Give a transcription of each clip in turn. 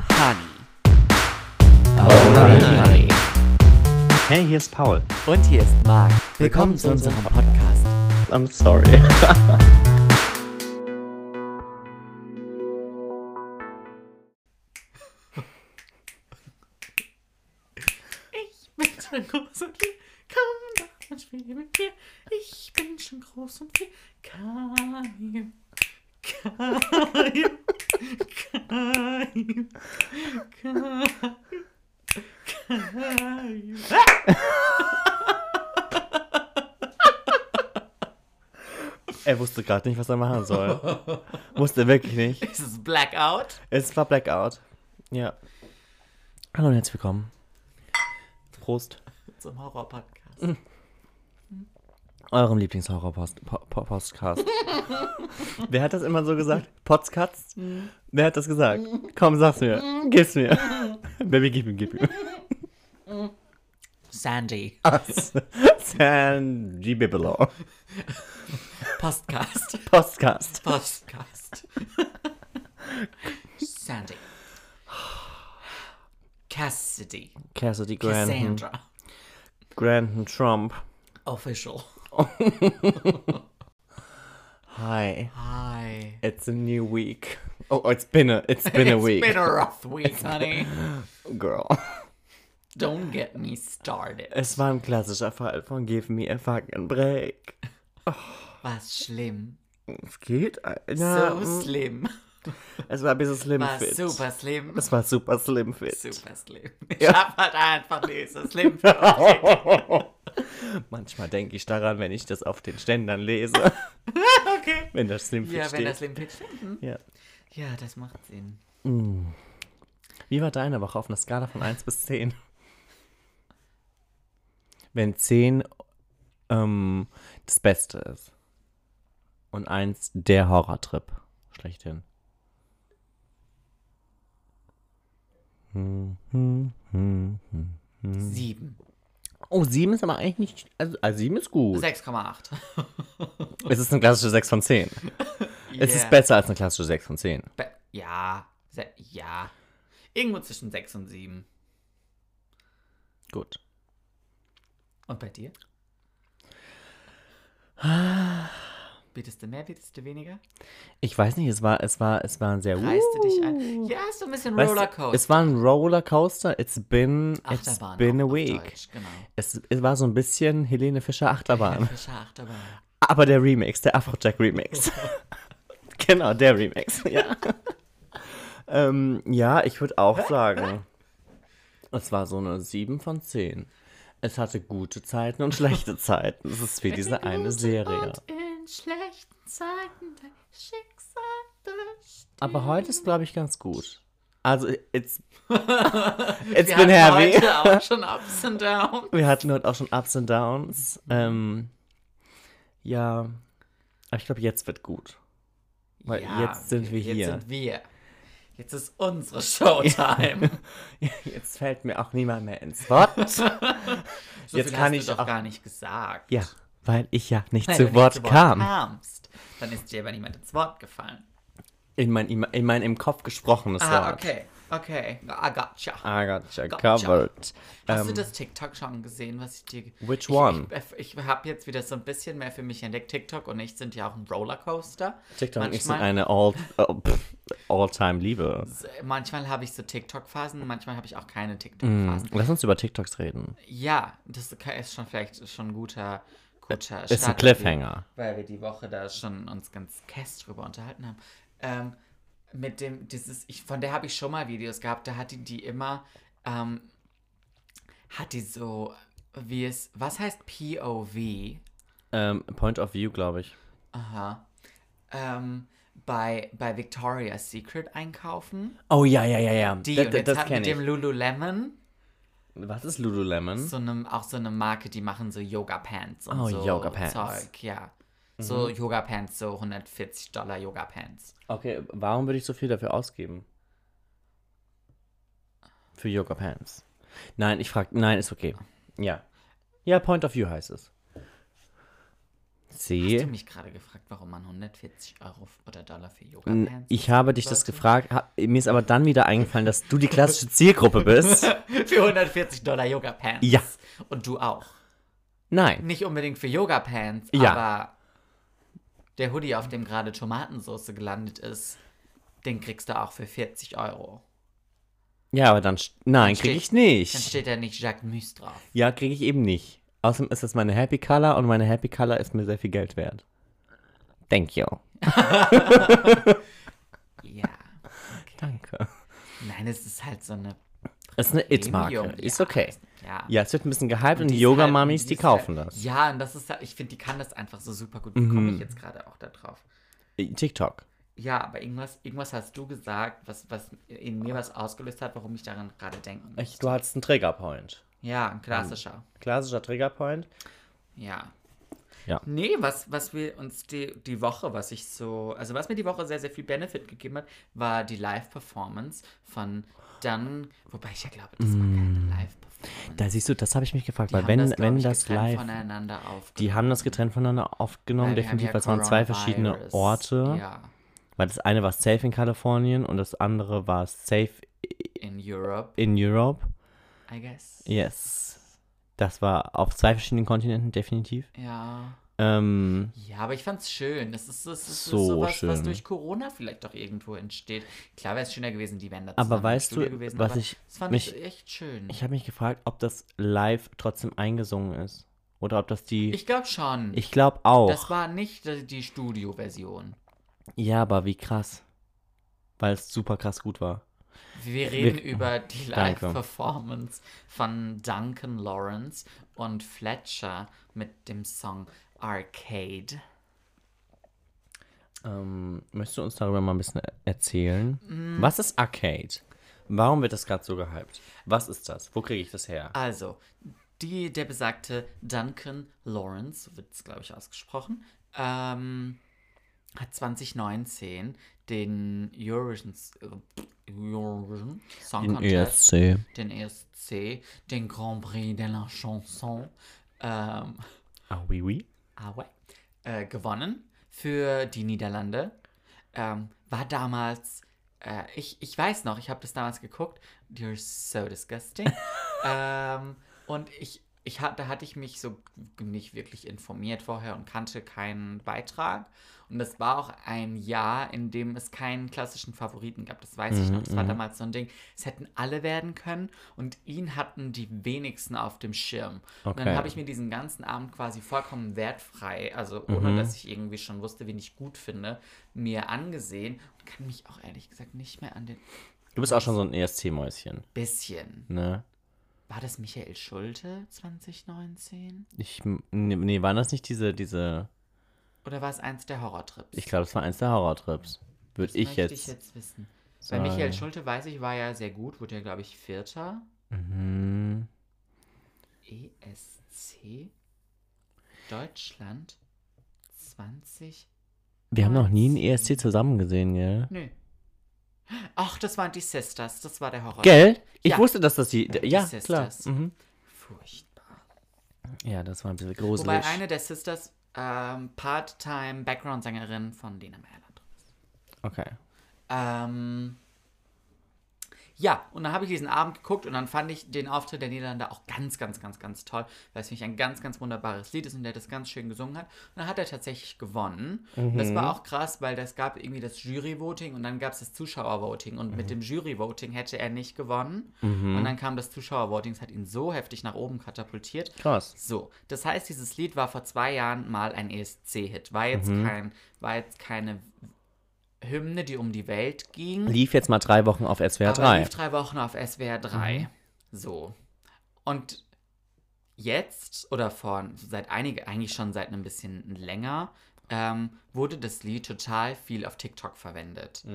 Honey. Alright. Hey, hier ist Paul. Und hier ist Marc. Willkommen zu unserem Podcast. I'm sorry. Ich bin schon groß und viel, komm doch und spiel mit mir. Ich bin schon groß und viel, Keim. Er wusste gerade nicht, was er machen soll. Wusste wirklich nicht. Ist es Blackout? Es war Blackout. Ja. Hallo und herzlich willkommen. Prost. Zum Horror-Podcast. Eurem Lieblingshorror-Podcast. Wer hat das immer so gesagt? Podcast? Wer hat das gesagt? Komm, sag's mir. Gib's mir. Baby, gib ihm. Sandy. Sandy Bibelow. Podcast. Sandy. Cassidy. Cassidy Granton. Cassandra. Granton Trump. Official. Hi. Hi. It's a new week. Oh, it's been a week. It's been a rough week, honey. Girl. Don't get me started. Es war ein klassischer Fall von Give me a fucking break. Was schlimm. Es geht. So schlimm. Es war ein bisschen slim War fit. super schlimm. Es war super slim fit. Super schlimm. Ich Ja. hab halt einfach nicht so schlimm für Manchmal denke ich daran, wenn ich das auf den Ständern lese. Okay. Wenn das slim fit Ja, steht. wenn das schlimm fit stimmt. Ja. Ja, das macht Sinn. Wie war deine Woche auf einer Skala von 1 bis 10? Wenn 10 das Beste ist. Und 1 der Horrortrip schlechthin. 7. Oh, 7 ist aber eigentlich nicht. Also 7 ist gut. 6,8. Es ist eine klassische 6 von 10. Es Yeah. ist besser als eine klassische 6 von 10. Ja. Ja. Irgendwo zwischen 6 und 7. Gut. Und bei dir? Bietest du mehr, bietest du weniger? Ich weiß nicht, es war ein sehr. Reißt du dich ein? Ja, so ein bisschen Weißt du, Rollercoaster. Es war ein Rollercoaster. It's been Achterbahn a auf week. Deutsch, genau. Es war so ein bisschen Helene Fischer Achterbahn. Fischer Achterbahn. Aber der Remix, der Afrojack Remix. Genau, der Remix, ja. Ja, ich würde auch sagen, es war so eine 7 von 10. Es hatte gute Zeiten und schlechte Zeiten. Es ist wie diese eine Serie. Und in schlechten Zeiten dein Schicksal bestimmt. Aber heute ist, glaube ich, ganz gut. Also, it's Wir been hatten heavy. heute auch schon Ups and Downs. Wir hatten heute auch schon Ups und Downs. Ja, aber ich glaube, jetzt wird gut. Weil jetzt sind wir hier. Jetzt sind wir. Jetzt ist unsere Showtime. Jetzt fällt mir auch niemand mehr ins Wort. So Jetzt viel kann hast ich du doch auch- gar nicht gesagt. Ja, weil ich ja nicht Nein, zu wenn du Wort kam. kamst, dann ist dir aber niemand ins Wort gefallen. In mein im Kopf gesprochenes Wort. Okay. I gotcha. I gotcha Gotcha. covered. Hast du das TikTok schon gesehen, was ich dir... Which one? Ich habe jetzt wieder so ein bisschen mehr für mich entdeckt. TikTok und ich sind ja auch ein Rollercoaster. TikTok ist Manchmal- eine All-Time-Liebe. Manchmal habe ich so TikTok-Phasen, manchmal habe ich auch keine TikTok-Phasen. Lass uns über TikToks reden. Ja, das ist schon vielleicht schon ein guter Ist ein Start, Cliffhanger. weil wir die Woche da schon uns ganz käst drüber unterhalten haben. Mit dem, von der habe ich schon mal Videos gehabt, da hat die immer, hat die so, was heißt POV? Point of View, glaube ich. Aha. Bei Victoria's Secret einkaufen. Oh, ja. Und jetzt Das hat mit kenne dem ich. Lululemon, Was ist Lululemon? auch so eine Marke, die machen so Yoga-Pants und Oh, so Yoga-Pants. Zeug, ja. So Yoga-Pants, so $140 Yoga-Pants. Okay, warum würde ich so viel dafür ausgeben? Für Yoga Pants. Nein, ist okay. Ja. Ja, Point of View heißt es. Hast C. du mich gerade gefragt, warum man 140 Euro oder Dollar für Yoga-Pants Ich habe dich das sollte? gefragt. Mir ist aber dann wieder eingefallen, dass du die klassische Zielgruppe bist. Für 140 Dollar Yoga-Pants. Ja. Und du auch. Nein. Nicht unbedingt für Yoga-Pants, Ja. aber der Hoodie, auf dem gerade Tomatensauce gelandet ist, den kriegst du auch für 40 Euro. Ja, aber nein, Dann kriege ich Dann nicht. steht da nicht Jacques Mus drauf. Ja, kriege ich eben nicht. Außerdem ist das meine Happy Color und meine Happy Color ist mir sehr viel Geld wert. Thank you. Ja. Danke. Nein, es ist halt so eine Es ist eine It-Marke. Premium. Ist Ja, okay. Ja. Ja, es wird ein bisschen gehypt und die ist Yoga-Mamis, halt- die ist kaufen halt, das. Ja, und das ist halt, ich finde, die kann das einfach so super gut. Wie komme ich jetzt gerade auch da drauf? TikTok. Ja, aber irgendwas hast du gesagt, was in mir was ausgelöst hat, warum ich daran gerade denken muss. Du hattest einen Triggerpoint. Ja, ein klassischer. Klassischer Triggerpoint. Ja. Ja. Nee, was wir uns die Woche, was mir die Woche sehr, sehr viel Benefit gegeben hat, war die Live-Performance von dann, wobei ich ja glaube, das war keine Live-Performance. Da siehst du, das habe ich mich gefragt, Die weil haben wenn glaub ich, das getrennt live, voneinander aufgenommen. die haben das getrennt voneinander aufgenommen, Weil wir haben definitiv, ja weil es waren zwei verschiedene Coronavirus. Orte. Ja, Weil das eine war safe in Kalifornien und das andere war safe in Europe, in Europe. I guess. Yes. Das war auf zwei verschiedenen Kontinenten, definitiv. Ja. Ja, aber ich fand's schön. Das ist So sowas, was schön. durch Corona vielleicht doch irgendwo entsteht. Klar wäre es schöner gewesen, die wären da Aber zusammen im weißt Studio du, gewesen, was aber ich das fand mich- ich echt schön. Ich habe mich gefragt, ob das live trotzdem eingesungen ist. Oder ob das die. Ich glaube schon. Ich glaube auch. Das war nicht die Studio-Version. Ja, aber wie krass. Weil es super krass gut war. Wir reden Wir- über die Danke. Live-Performance von Duncan Lawrence und Fletcher mit dem Song Arcade. Möchtest du uns darüber mal ein bisschen erzählen? Mm. Was ist Arcade? Warum wird das gerade so gehypt? Was ist das? Wo kriege ich das her? Also, der besagte Duncan Lawrence, so wird es, glaube ich, ausgesprochen, hat 2019 den Eurovision Song In Contest, ESC. den ESC, den Grand Prix de la Chanson, Ah, oui, oui. gewonnen für die Niederlande. War damals, ich weiß noch, ich habe das damals geguckt, you're so disgusting. Und da hatte ich mich so nicht wirklich informiert vorher und kannte keinen Beitrag. Und das war auch ein Jahr, in dem es keinen klassischen Favoriten gab. Das weiß ich noch. Das war damals so ein Ding. Es hätten alle werden können und ihn hatten die wenigsten auf dem Schirm. Und dann Okay. habe ich mir diesen ganzen Abend quasi vollkommen wertfrei, also ohne dass ich irgendwie schon wusste, wen ich gut finde, mir angesehen und kann mich auch ehrlich gesagt nicht mehr an den Du bist auch schon so ein ESC-Mäuschen, bisschen. ne? War das Michael Schulte 2019? Nee, waren das nicht diese, Oder war es eins der Horrortrips? ich glaube, das war eins der Horrortrips. Würde Das ich möchte ich jetzt. jetzt wissen. Bei sagen. Michael Schulte, weiß ich, war ja sehr gut. Wurde ja, glaube ich, Vierter. Mhm. ESC Deutschland 20. Wir haben noch nie einen ESC zusammen gesehen, gell? Nö. Ach, das waren die Sisters. Das war der Horror. Gell? Ich Ja. wusste, dass das die. Ja, klar. Sisters. Mhm. Furchtbar. Ja, das war ein bisschen gruselig. Wobei eine der Sisters Part-Time Background-Sängerin von Lena Meyer-Landrut ist. Okay. Ja, und dann habe ich diesen Abend geguckt und dann fand ich den Auftritt der Niederlande auch ganz, ganz, ganz, ganz toll, weil es nämlich ein ganz, ganz wunderbares Lied ist und der das ganz schön gesungen hat. Und dann hat er tatsächlich gewonnen. Und das war auch krass, weil es gab irgendwie das Jury-Voting und dann gab es das Zuschauer-Voting. Und mit dem Jury-Voting hätte er nicht gewonnen. Und dann kam das Zuschauer-Voting, es hat ihn so heftig nach oben katapultiert. Krass. So, das heißt, dieses Lied war vor 2 Jahren mal ein ESC-Hit. War jetzt keine Hymne, die um die Welt ging. Lief jetzt mal 3 Wochen auf SWR Aber 3. lief 3 Wochen auf SWR 3. So. Und jetzt, oder eigentlich schon seit einem bisschen länger, wurde das Lied total viel auf TikTok verwendet.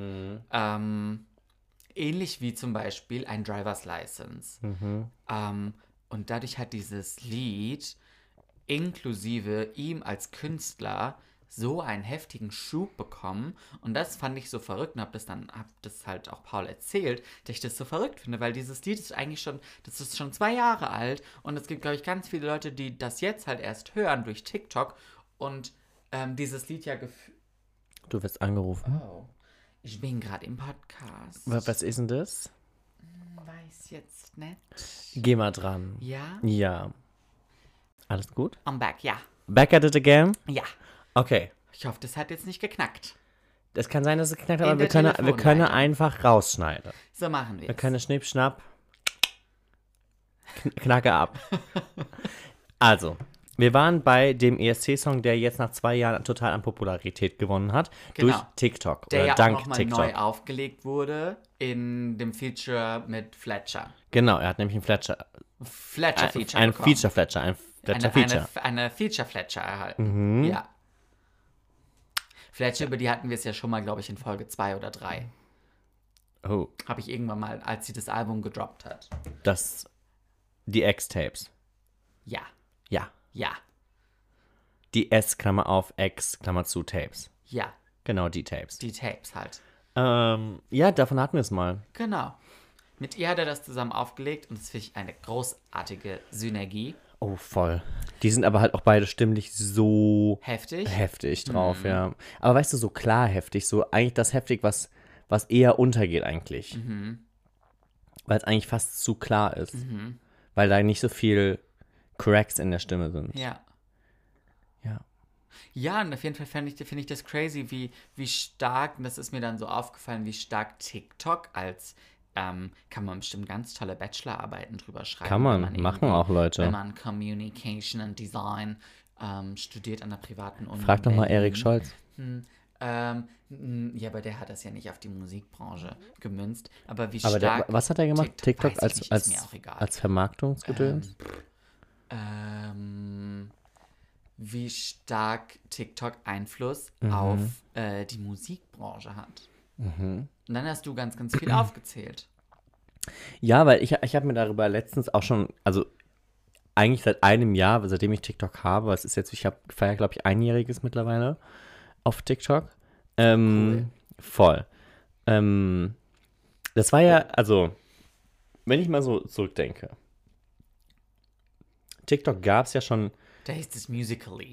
Ähnlich wie zum Beispiel ein Driver's License. Und dadurch hat dieses Lied inklusive ihm als Künstler so einen heftigen Schub bekommen. Und das fand ich so verrückt und hab das halt auch Paul erzählt, dass ich das so verrückt finde, weil dieses Lied ist eigentlich das ist schon 2 Jahre alt und es gibt, glaube ich, ganz viele Leute, die das jetzt halt erst hören durch TikTok und dieses Lied ja Du wirst angerufen. Oh, ich bin gerade im Podcast. Was ist denn das? Weiß jetzt nicht. Geh mal dran. Ja? Ja. Alles gut? I'm back, ja. Back at it again? Ja. Okay. Ich hoffe, das hat jetzt nicht geknackt. Es kann sein, dass es geknackt hat, In aber wir der können Telefonleitung. einfach rausschneiden. So machen wir Wir es. können Schnipp, Schnapp, Knacke ab. Also, wir waren bei dem ESC-Song, der jetzt nach 2 Jahren total an Popularität gewonnen hat. Genau. Durch TikTok. Der oder ja auch dank nochmal TikTok. neu aufgelegt wurde in dem Feature mit Fletcher. Genau, er hat nämlich ein Fletcher. Fletcher-Feature Ein bekommen. Feature-Fletcher. Ein Fletcher-Feature. Eine Feature-Fletcher erhalten. Mhm. Ja. Fletcher, über die hatten wir es ja schon mal, glaube ich, in Folge 2 oder 3. Oh, Habe ich irgendwann mal, als sie das Album gedroppt hat. die X-Tapes. Ja. Ja. Ja. Die S, Klammer auf, X, Klammer zu, Tapes. Ja. Genau, die Tapes. Die Tapes halt. Ja, davon hatten wir es mal. Genau. Mit ihr hat er das zusammen aufgelegt und das finde ich eine großartige Synergie. Oh, voll. Die sind aber halt auch beide stimmlich so Heftig. drauf, ja. Aber weißt du, so klar heftig, so eigentlich das heftig, was eher untergeht eigentlich. Weil es eigentlich fast zu klar ist. Weil da nicht so viel Cracks in der Stimme sind. Ja. Ja. Ja, und auf jeden Fall finde ich das crazy, wie stark, und das ist mir dann so aufgefallen, wie stark TikTok als, kann man bestimmt ganz tolle Bachelorarbeiten drüber schreiben. Kann man, wenn machen irgendwie- auch Leute. Wenn man Communication and Design studiert an der privaten Uni. Frag doch in mal Berlin. Erik Scholz. Ja, aber der hat das ja nicht auf die Musikbranche gemünzt. Aber wie Aber stark. was hat er gemacht? TikTok weiß ich nicht, ist mir auch egal. als Vermarktungsgedöns? Wie stark TikTok Einfluss Mhm. auf die Musikbranche hat. Und dann hast du ganz, ganz viel aufgezählt. Ja, weil ich habe mir darüber letztens auch schon, also eigentlich seit einem Jahr, seitdem ich TikTok habe, es ist jetzt, ich feiere, glaube ich, einjähriges mittlerweile auf TikTok. Cool. Voll. Das war ja, also, wenn ich mal so zurückdenke, TikTok gab es ja schon, Da hieß es Musical.ly.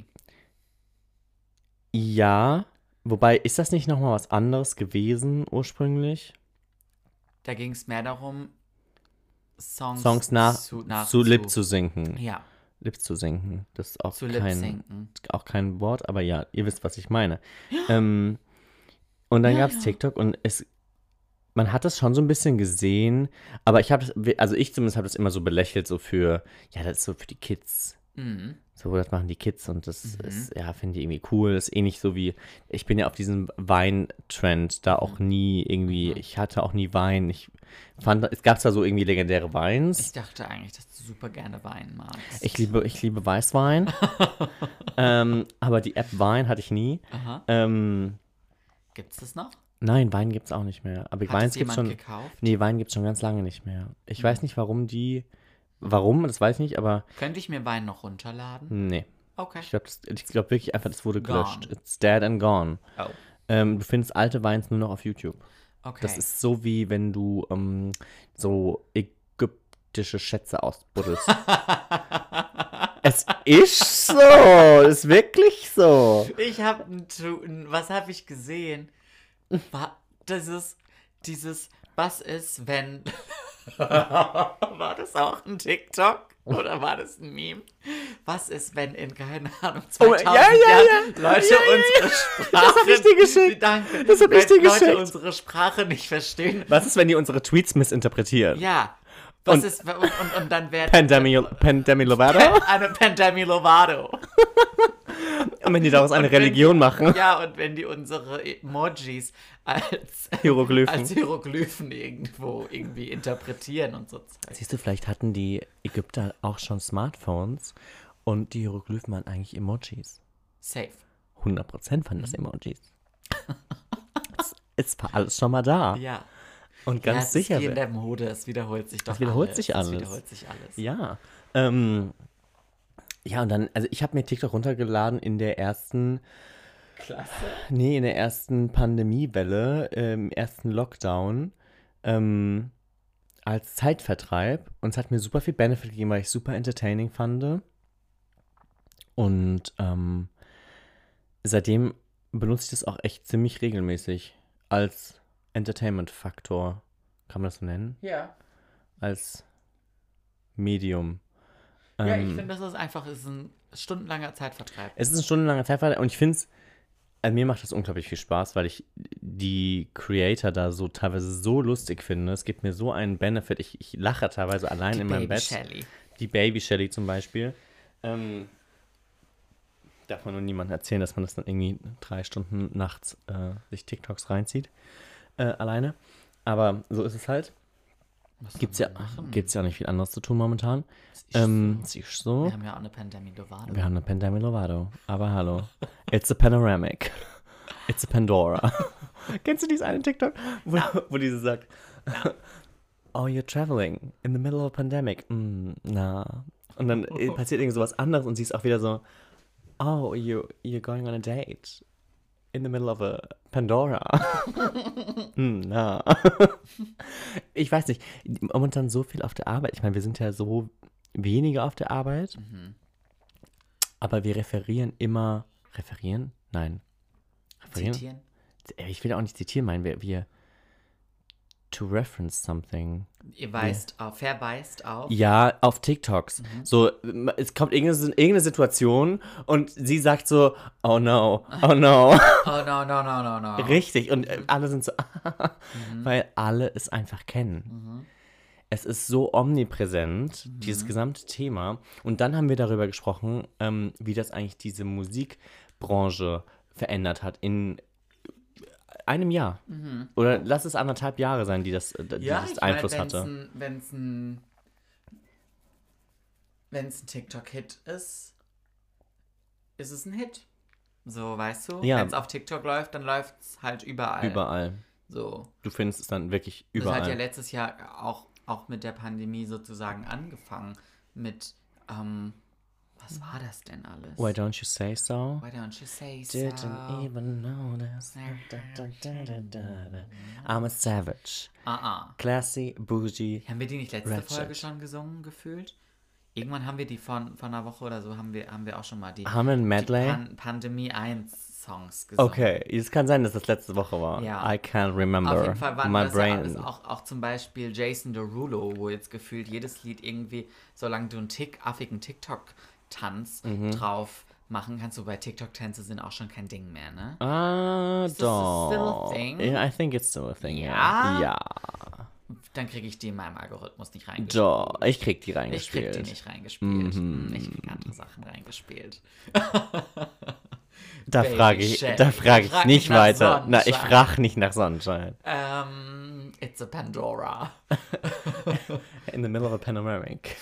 ja, wobei, ist das nicht nochmal was anderes gewesen ursprünglich? Da ging es mehr darum, Songs zu Lip zu sinken. Ja, Lip zu sinken. Das ist auch zu Lip-Sinken. kein Wort, aber ja, ihr wisst, was ich meine. Und dann gab es TikTok und man hat das schon so ein bisschen gesehen, aber ich zumindest habe das immer so belächelt, so für, ja, das ist so für die Kids. Mhm. So, das machen die Kids und das ist, ja, finde ich irgendwie cool. Das ist ähnlich so wie, ich bin ja auf diesem Wein-Trend da auch nie irgendwie, ich hatte auch nie Wein. Ich fand, es gab zwar so irgendwie legendäre Weins. Ich dachte eigentlich, dass du super gerne Wein magst. Ich liebe Weißwein. Aber die App Wein hatte ich nie. Aha. Gibt's das noch? Nein, Wein gibt's auch nicht mehr. Aber Hat Wein es gibt's jemand schon. gekauft? Nee, Wein gibt's schon ganz lange nicht mehr. Ich weiß nicht, warum, das weiß ich nicht, aber Könnte ich mir Wein noch runterladen? nee. Okay. Ich glaube wirklich einfach, das wurde Gone. gelöscht. It's dead and gone. Oh, Du findest alte Weins nur noch auf YouTube. okay. Das ist so wie wenn du so ägyptische Schätze ausbuddelst. Es ist so. Es ist wirklich so. Ich habe was habe ich gesehen? War dieses, was ist, wenn... War das auch ein TikTok? Oder war das ein Meme? Was ist, wenn in, keine Ahnung, 2000 ja, Jahren Leute ja. unsere Sprache... Das hab ich dir geschickt. Danke. Das hab ich dir Wenn Leute geschickt. unsere Sprache nicht verstehen. Was ist, wenn die unsere Tweets missinterpretieren? Ja. Was Und- ist... Und dann wäre... Pandemi Lovato? Eine Pandemi Lovado. Und wenn die daraus eine Und wenn Religion machen? Ja, und wenn die unsere Emojis als Hieroglyphen. Hieroglyphen irgendwie interpretieren und so. Siehst du, vielleicht hatten die Ägypter auch schon Smartphones und die Hieroglyphen waren eigentlich Emojis. Safe. 100% waren das Emojis. Es war alles schon mal da. Ja. Und Ja, ganz es sicher. ist wie in der Mode, es wiederholt sich doch Es wiederholt alles. sich alles. Es wiederholt sich alles. Ja. Ja, und dann, also ich habe mir TikTok runtergeladen in der ersten Pandemiewelle, im ersten Lockdown, als Zeitvertreib. Und es hat mir super viel Benefit gegeben, weil ich super entertaining fand. Und seitdem benutze ich das auch echt ziemlich regelmäßig als Entertainment-Faktor. Kann man das so nennen? Ja. Als Medium. Ja, ich finde, das ist einfach ein stundenlanger Zeitvertreib. Es ist ein stundenlanger Zeitvertreib und ich finde es, mir macht das unglaublich viel Spaß, weil ich die Creator da so teilweise so lustig finde. Es gibt mir so einen Benefit. Ich lache teilweise allein in meinem Bett. Shelly. Die Baby Shelly zum Beispiel. Darf man nur niemandem erzählen, dass man das dann irgendwie 3 Stunden nachts sich TikToks reinzieht. Alleine. Aber so ist es halt. Gibt's ja nicht viel anderes zu tun momentan. Es ist so. Wir haben ja auch eine Pandemie Lovato. Wir haben eine Pandemie Lovato. Aber hallo. It's a panoramic. It's a Pandora. Kennst du dieses eine TikTok, wo diese sagt, oh, you're traveling in the middle of a pandemic. Na. Und dann passiert irgend sowas anderes und sie ist auch wieder so, oh, you're going on a date in the middle of a Pandora. Na. Ich weiß nicht, momentan so viel auf der Arbeit. Ich meine, wir sind ja so weniger auf der Arbeit, aber wir referieren immer. Referieren? Nein. Referieren? Zitieren? Ich will auch nicht zitieren, meinen wir to reference something. Ihr verweist auf. Ja, auf TikToks. So, es kommt irgendeine Situation und sie sagt so, oh no, oh no. Oh no. Richtig, und alle sind so, weil alle es einfach kennen. Es ist so omnipräsent, dieses gesamte Thema. Und dann haben wir darüber gesprochen, wie das eigentlich diese Musikbranche verändert hat in einem Jahr. Oder lass es 1,5 Jahre sein, die das Einfluss hatte. Wenn es ein TikTok-Hit ist es ein Hit. So, weißt du? Ja. Wenn es auf TikTok läuft, dann läuft es halt überall. Überall. So. Du findest es dann wirklich überall. Das hat ja letztes Jahr auch mit der Pandemie sozusagen angefangen. Mit, was war das denn alles? Why don't you say so? Why don't you say so? Didn't even notice. I'm a savage. Classy, bougie. Haben wir die nicht letzte Ratchet. Folge schon gesungen, gefühlt? Irgendwann haben wir die von einer Woche oder so, haben wir auch schon mal die, Haben wir ein Medley? die Pandemie 1 Songs gesungen. Okay, es kann sein, dass das letzte Woche war. Ja. I can't remember. Auf jeden Fall waren My das brain. ja auch zum Beispiel Jason Derulo, wo jetzt gefühlt jedes Lied irgendwie, solange du einen affigen TikTok-Tanz drauf machen kannst, wobei TikTok-Tänze sind auch schon kein Ding mehr, ne? Ist das still a thing? Yeah, I think it's still a thing, Ja? Ja. Dann kriege ich die in meinem Algorithmus nicht reingespielt. Doch, ich krieg die Ich reingespielt. krieg die nicht reingespielt. Ich krieg andere Sachen reingespielt. Da Baby frage ich Shelly. nicht nach weiter. Na, ich Sonnenschein. frage nicht nach Sonnenschein. It's a Pandora. In the middle of a panoramic.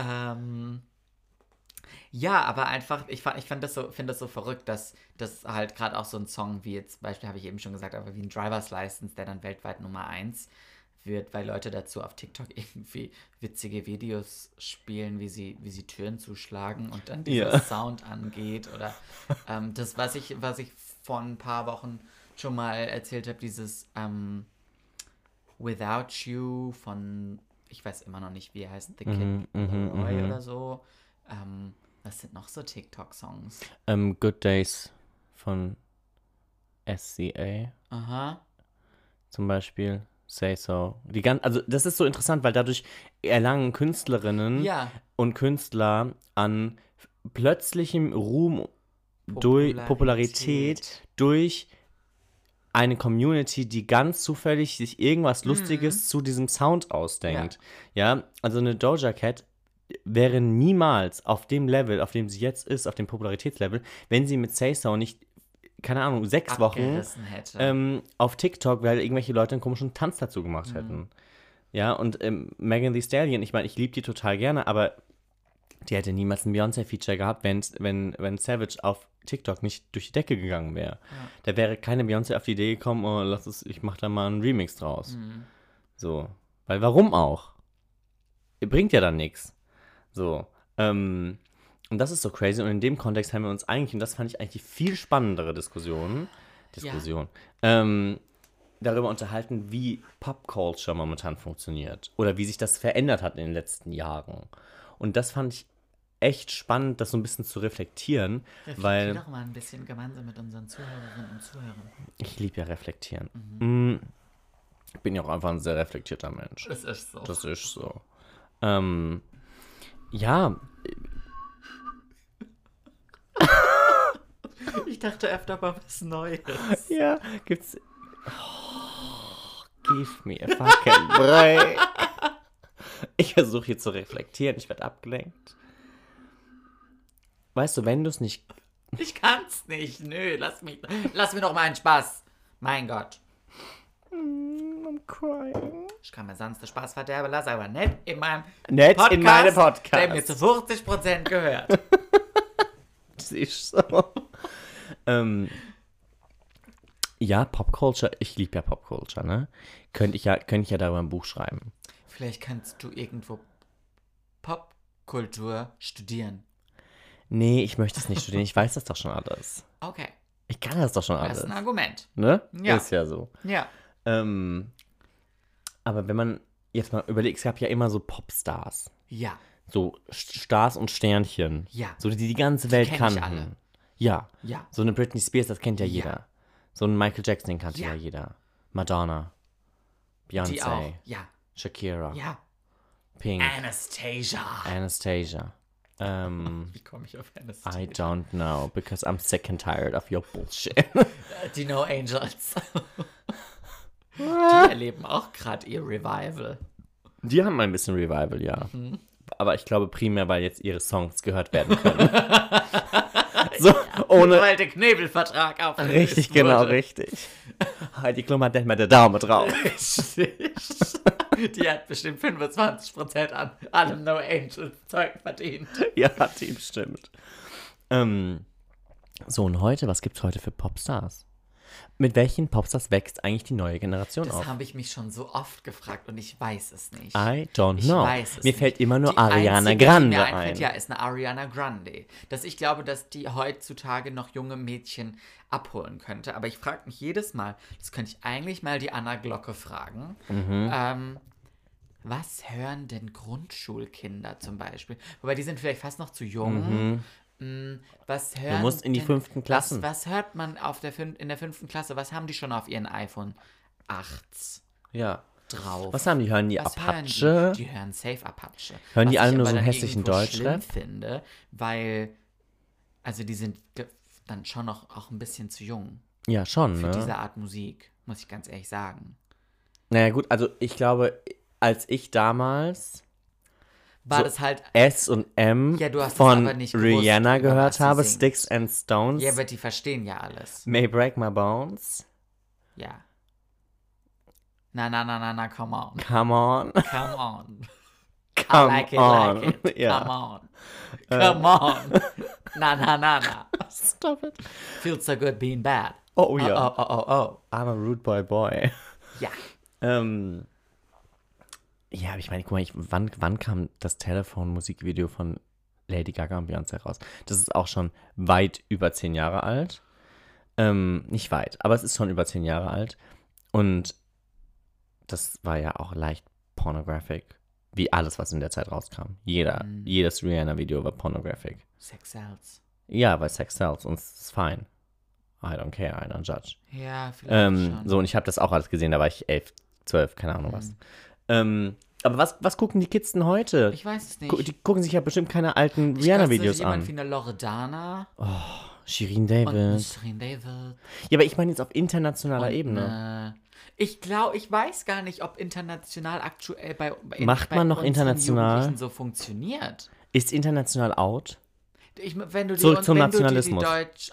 Ja, aber einfach, ich finde das so verrückt, dass das halt gerade auch so ein Song wie jetzt, Beispiel habe ich eben schon gesagt, aber wie ein Driver's License, der dann weltweit Nummer 1 wird, weil Leute dazu auf TikTok irgendwie witzige Videos spielen, wie sie Türen zuschlagen und dann dieser Sound angeht. Oder das, was ich vor ein paar Wochen schon mal erzählt habe, dieses Without You von, ich weiß immer noch nicht, wie er heißt, The Kid Laroi oder so. Was sind noch so TikTok-Songs? Good Days von SCA. Aha. Zum Beispiel. Say So. Also das ist so interessant, weil dadurch erlangen Künstlerinnen und Künstler an plötzlichem Ruhm, durch Popularität, durch eine Community, die ganz zufällig sich irgendwas Lustiges zu diesem Sound ausdenkt. Ja, also eine Doja Cat wäre niemals auf dem Level, auf dem sie jetzt ist, auf dem Popularitätslevel, wenn sie mit Say So nicht, keine Ahnung, 6 Wochen auf TikTok, weil irgendwelche Leute einen komischen Tanz dazu gemacht hätten. Ja, und Megan Thee Stallion, ich meine, ich liebe die total gerne, aber die hätte niemals ein Beyoncé-Feature gehabt, wenn Savage auf TikTok nicht durch die Decke gegangen wäre. Ja. Da wäre keine Beyoncé auf die Idee gekommen, oh, ich mach da mal einen Remix draus. So, weil warum auch? Bringt ja dann nichts. So, und das ist so crazy. Und in dem Kontext haben wir uns eigentlich, und das fand ich eigentlich die viel spannendere Diskussion, darüber unterhalten, wie Pop-Culture momentan funktioniert. Oder wie sich das verändert hat in den letzten Jahren. Und das fand ich echt spannend, das so ein bisschen zu reflektieren, weil doch mal ein bisschen gemeinsam mit unseren Zuhörerinnen und Zuhörern. ich liebe ja reflektieren. Mhm. Ich bin ja auch einfach ein sehr reflektierter Mensch. Das ist so. Das ist so. Ja, Ich dachte öfter mal was Neues. ja, gibt's. Give me a fucking break. Ich versuche hier zu reflektieren, ich werde abgelenkt. Weißt du, wenn du es nicht. Ich kann's nicht. Nö, lass mir doch mal einen Spaß. Mein Gott. I'm crying. Ich kann mir sonst den Spaß verderben lassen, aber nicht in meinem Nicht in meinem Podcast. der mir zu 50% gehört. Das ist so. Ja, Popculture, ich liebe ja Popculture, ne? Könnte ich ja darüber ein Buch schreiben. Vielleicht kannst du irgendwo Popkultur studieren. Nee, ich möchte es nicht studieren, ich weiß das doch schon alles. Okay, Ich kann das doch schon das alles. ist ein Argument. Ne? Ja. Ist ja so. Ja. Aber wenn man jetzt mal überlegt, es gab ja immer so Popstars. Ja. So Stars und Sternchen. Ja. So die ganze Welt kenn ich kannten. alle. Ja. Ja. So eine Britney Spears, das kennt ja Ja. jeder. So ein Michael Jackson, den kannte Ja. ja jeder. Madonna. Die auch. Beyoncé. Ja. Shakira. Ja. Pink. Anastasia. Anastasia. Wie komme ich auf I Anastasia? don't know, because I'm sick and tired of your bullshit. Die No Angels. Die erleben auch gerade ihr Revival. Die haben ein bisschen Revival, ja. Mhm. Aber ich glaube primär, weil jetzt ihre Songs gehört werden können. So, ohne... Weil der Knebelvertrag aufgelöst Richtig, genau, wurde. richtig. Heidi Klum hat nicht mehr der Daumen drauf. Richtig. Die hat bestimmt 25% an allem No Angel Zeug verdient. Ja, die bestimmt. So, und heute, was gibt's heute für Popstars? Mit welchen Popstars wächst eigentlich die neue Generation Das auf? habe ich mich schon so oft gefragt und ich weiß es nicht. I don't Ich know. weiß es Mir nicht. fällt immer nur Die Ariana einzige, Grande die mir ein. einfällt, ja, ist eine Ariana Grande. Dass ich glaube, dass die heutzutage noch junge Mädchen abholen könnte. Aber ich frage mich jedes Mal, das könnte ich eigentlich mal die Anna Glocke fragen. Was hören denn Grundschulkinder zum Beispiel? Wobei, die sind vielleicht fast noch zu jung. Was hören Du musst in die denn- 5. Klassen. Was hört man in der 5. Klasse? Was haben die schon auf ihren iPhone 8 Ja. drauf? Was haben die? Hören die Was Apache? hören die? Die hören safe Apache. Hören die Was alle ich nur aber so dann hässlichen irgendwo Deutschrap? schlimm finde, weil, also die sind dann schon noch auch ein bisschen zu jung Ja, schon, für ne? diese Art Musik, muss ich ganz ehrlich sagen. Naja, gut, also ich glaube, als ich damals War So, das halt, S und M Ja, du hast es von aber nicht gewusst, Rihanna über was gehört sie habe, singt. Sticks and Stones, ja, aber die verstehen ja alles. May Break My Bones, Ja. Na, come on. Come On, Come on. Come I like it, On. like it. Ja. Come on. Come on. Na. Stop it. Feels so good being bad. Oh ja, Oh. I'm a rude boy. Ja. Ja, aber ich meine, guck mal, wann kam das Telefon-Musikvideo von Lady Gaga und Beyoncé raus? Das ist auch schon weit über 10 Jahre alt. Nicht weit, aber es ist schon über 10 Jahre alt. Und das war ja auch leicht pornographic, wie alles, was in der Zeit rauskam. Jedes Rihanna-Video war pornographic. Sex sells. Ja, weil Sex sells und es ist fine. I don't care, I don't judge. Ja, vielleicht schon. So, und ich habe das auch alles gesehen, da war ich 11, 12, keine Ahnung was. Aber was gucken die Kids denn heute? Ich weiß es nicht. Die gucken sich ja bestimmt keine alten Ich Rihanna-Videos weiß, jemand an. wie eine Loredana Shirin und David. Shirin David. Ja, aber ich meine jetzt auf internationaler Und, Ebene. Ich weiß gar nicht, ob international aktuell bei Macht man noch unseren International? Jugendlichen so funktioniert. Ist international out? Wenn du die, Zurück zum wenn du Nationalismus. Die Deutsch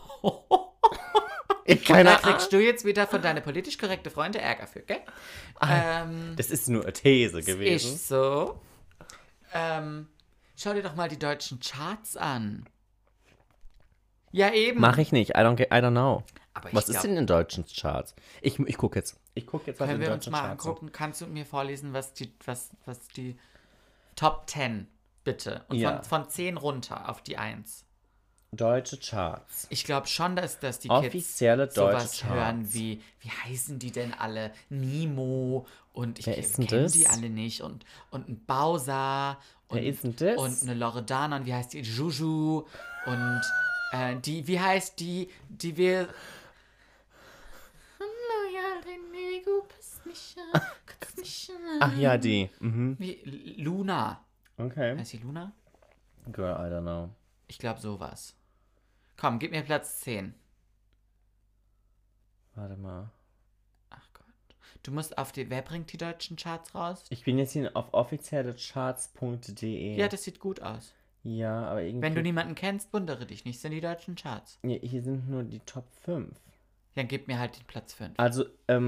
Keine Da kriegst du jetzt wieder von deinen politisch korrekten Freunden Ärger für, gell? Das ist nur eine These gewesen. Ist so. Schau dir doch mal die deutschen Charts an. Ja, eben. Mach ich nicht. I don't know. Aber Was ich ist glaub, denn in den deutschen Charts? Ich gucke jetzt. Was Können in wir den uns deutschen mal Charts sind. angucken? Kannst du mir vorlesen, was die Top 10, bitte. Und Ja. von 10 runter auf die 1. Deutsche Charts. Ich glaube schon, dass die Offizielle Kids deutsche sowas Charts. hören wie heißen die denn alle? Nemo und ich Wer ist denn kenne das? die alle nicht und ein Bowser Wer ist denn das? Und eine Loredana, und wie heißt die? Juju. Und wie heißt die wir... Ach ja, die. Mhm. Luna. Okay. Heißt die Luna? Girl, I don't know. Ich glaube sowas. Komm, gib mir Platz 10. Warte mal. Ach Gott. Du musst auf die... Wer bringt die deutschen Charts raus? Ich bin jetzt hier auf offiziellecharts.de. Ja, das sieht gut aus. Ja, aber irgendwie... Wenn du niemanden kennst, wundere dich nicht, sind die deutschen Charts. Ja, hier sind nur die Top 5. Dann gib mir halt den Platz 5. Also,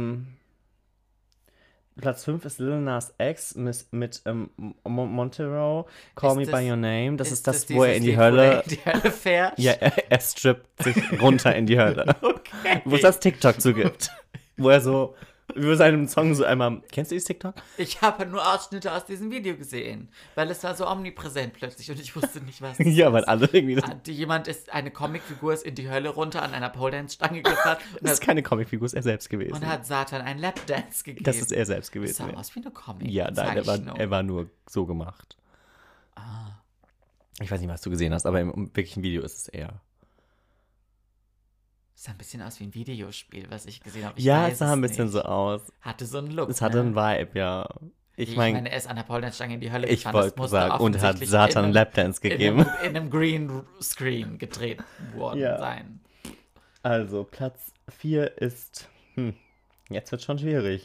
Platz 5 ist Lil Nas X mit Montero, Call Me By Your Name. Das ist das, wo er in die Hölle... in die Hölle fährt? Ja, er strippt sich runter in die Hölle. Okay. Wo es das TikTok zu gibt. Wo er so über seinem Song so einmal... Kennst du dieses TikTok? Ich habe nur Ausschnitte aus diesem Video gesehen, weil es war so omnipräsent plötzlich und ich wusste nicht, was es Ja, weil alle irgendwie... eine Comicfigur ist in die Hölle runter an einer Pole-Dance-Stange gefahren Das ist keine Comicfigur, ist er selbst gewesen. und hat Satan einen Lapdance gegeben. Das ist er selbst Das gewesen. sah Ja, aus wie eine Comic. ja nein, er war nur so gemacht. Ich weiß nicht, was du gesehen hast, aber im wirklichen Video ist es er. Es sah ein bisschen aus wie ein Videospiel, was ich gesehen habe. Ja, es sah ein bisschen so aus. Hatte so einen Look. Es hatte einen Vibe, ja. Ich meine, er ist an der Pole-Dance-Stange in die Hölle ich gefahren. Das wollte musste sagen, und hat offensichtlich Satan in einem- Lapdance gegeben. In einem Green Screen gedreht worden Ja. sein. Also, Platz 4 ist, jetzt wird schon schwierig.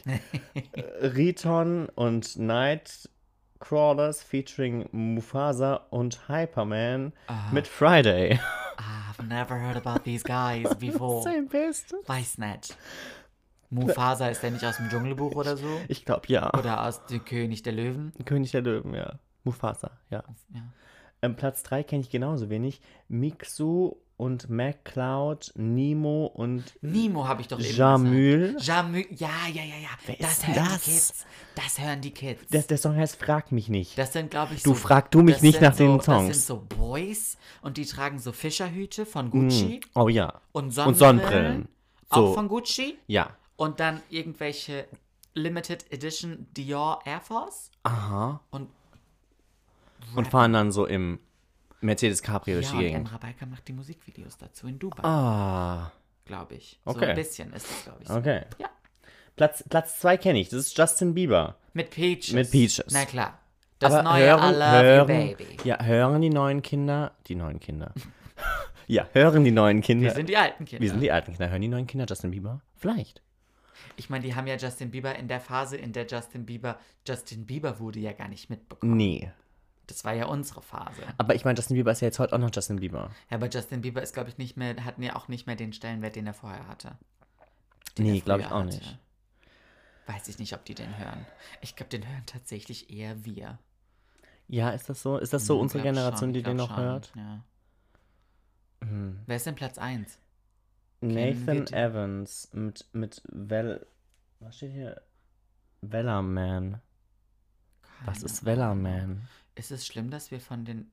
Riton und Nightcrawlers featuring Mufasa und Hyperman mit Friday. I've never heard about these guys before. Sein Bestes. Weiß nicht. Mufasa, ist der nicht aus dem Dschungelbuch oder so? Ich glaube, ja. Oder aus dem König der Löwen? König der Löwen, ja. Mufasa, ja. Ja. Platz 3 kenne ich genauso wenig. Mixu und MacLeod, Nemo und Nemo habe ich doch eben Jamül. gesagt. Jamül, ja. Wer Das ist hören das? die Kids. Das hören die Kids. Der Song heißt Frag mich nicht. Das sind, glaube ich, Du so... frag du mich das nicht sind nach den Das Songs. sind so Boys und die tragen so Fischerhüte von Gucci Oh ja. und Und Sonnenbrillen. Auch So. von Gucci. Ja. Und dann irgendwelche Limited Edition Dior Air Force. Aha. Und Und fahren dann so im Mercedes Cabrio durch ja, die und Gegend. Emra Baika macht die Musikvideos dazu in Dubai, Ah. glaube ich. So Okay. ein bisschen ist das, glaube ich. So. Okay. Ja. Platz 2 kenne ich. Das ist Justin Bieber. Mit Peaches. Mit Peaches. Na klar. Das Aber neue I Love You Baby. Ja, hören die neuen Kinder. Ja, hören die neuen Kinder. Wir sind die alten Kinder. Wir sind die alten Kinder. Hören die neuen Kinder Justin Bieber? Vielleicht. Ich meine, die haben ja Justin Bieber in der Phase, in der Justin Bieber wurde ja gar nicht mitbekommen. Nee. Das war ja unsere Phase. Aber ich meine, Justin Bieber ist ja jetzt heute auch noch Justin Bieber. Ja, aber Justin Bieber ist, glaube ich, nicht mehr, hat ja auch nicht mehr den Stellenwert, den er vorher hatte. Nee, er glaube ich früher auch hatte. nicht. Weiß ich nicht, ob die den hören. Ich glaube, den hören tatsächlich eher wir. Ja, ist das so? Ist das so Ich unsere glaub Generation, schon, die ich den glaub noch schon, hört? Ja. Hm. Wer ist denn Platz 1? Kennen wir Nathan den? Evans mit was steht hier? Wellerman. Was ist Wellerman? Ist es schlimm, dass wir von den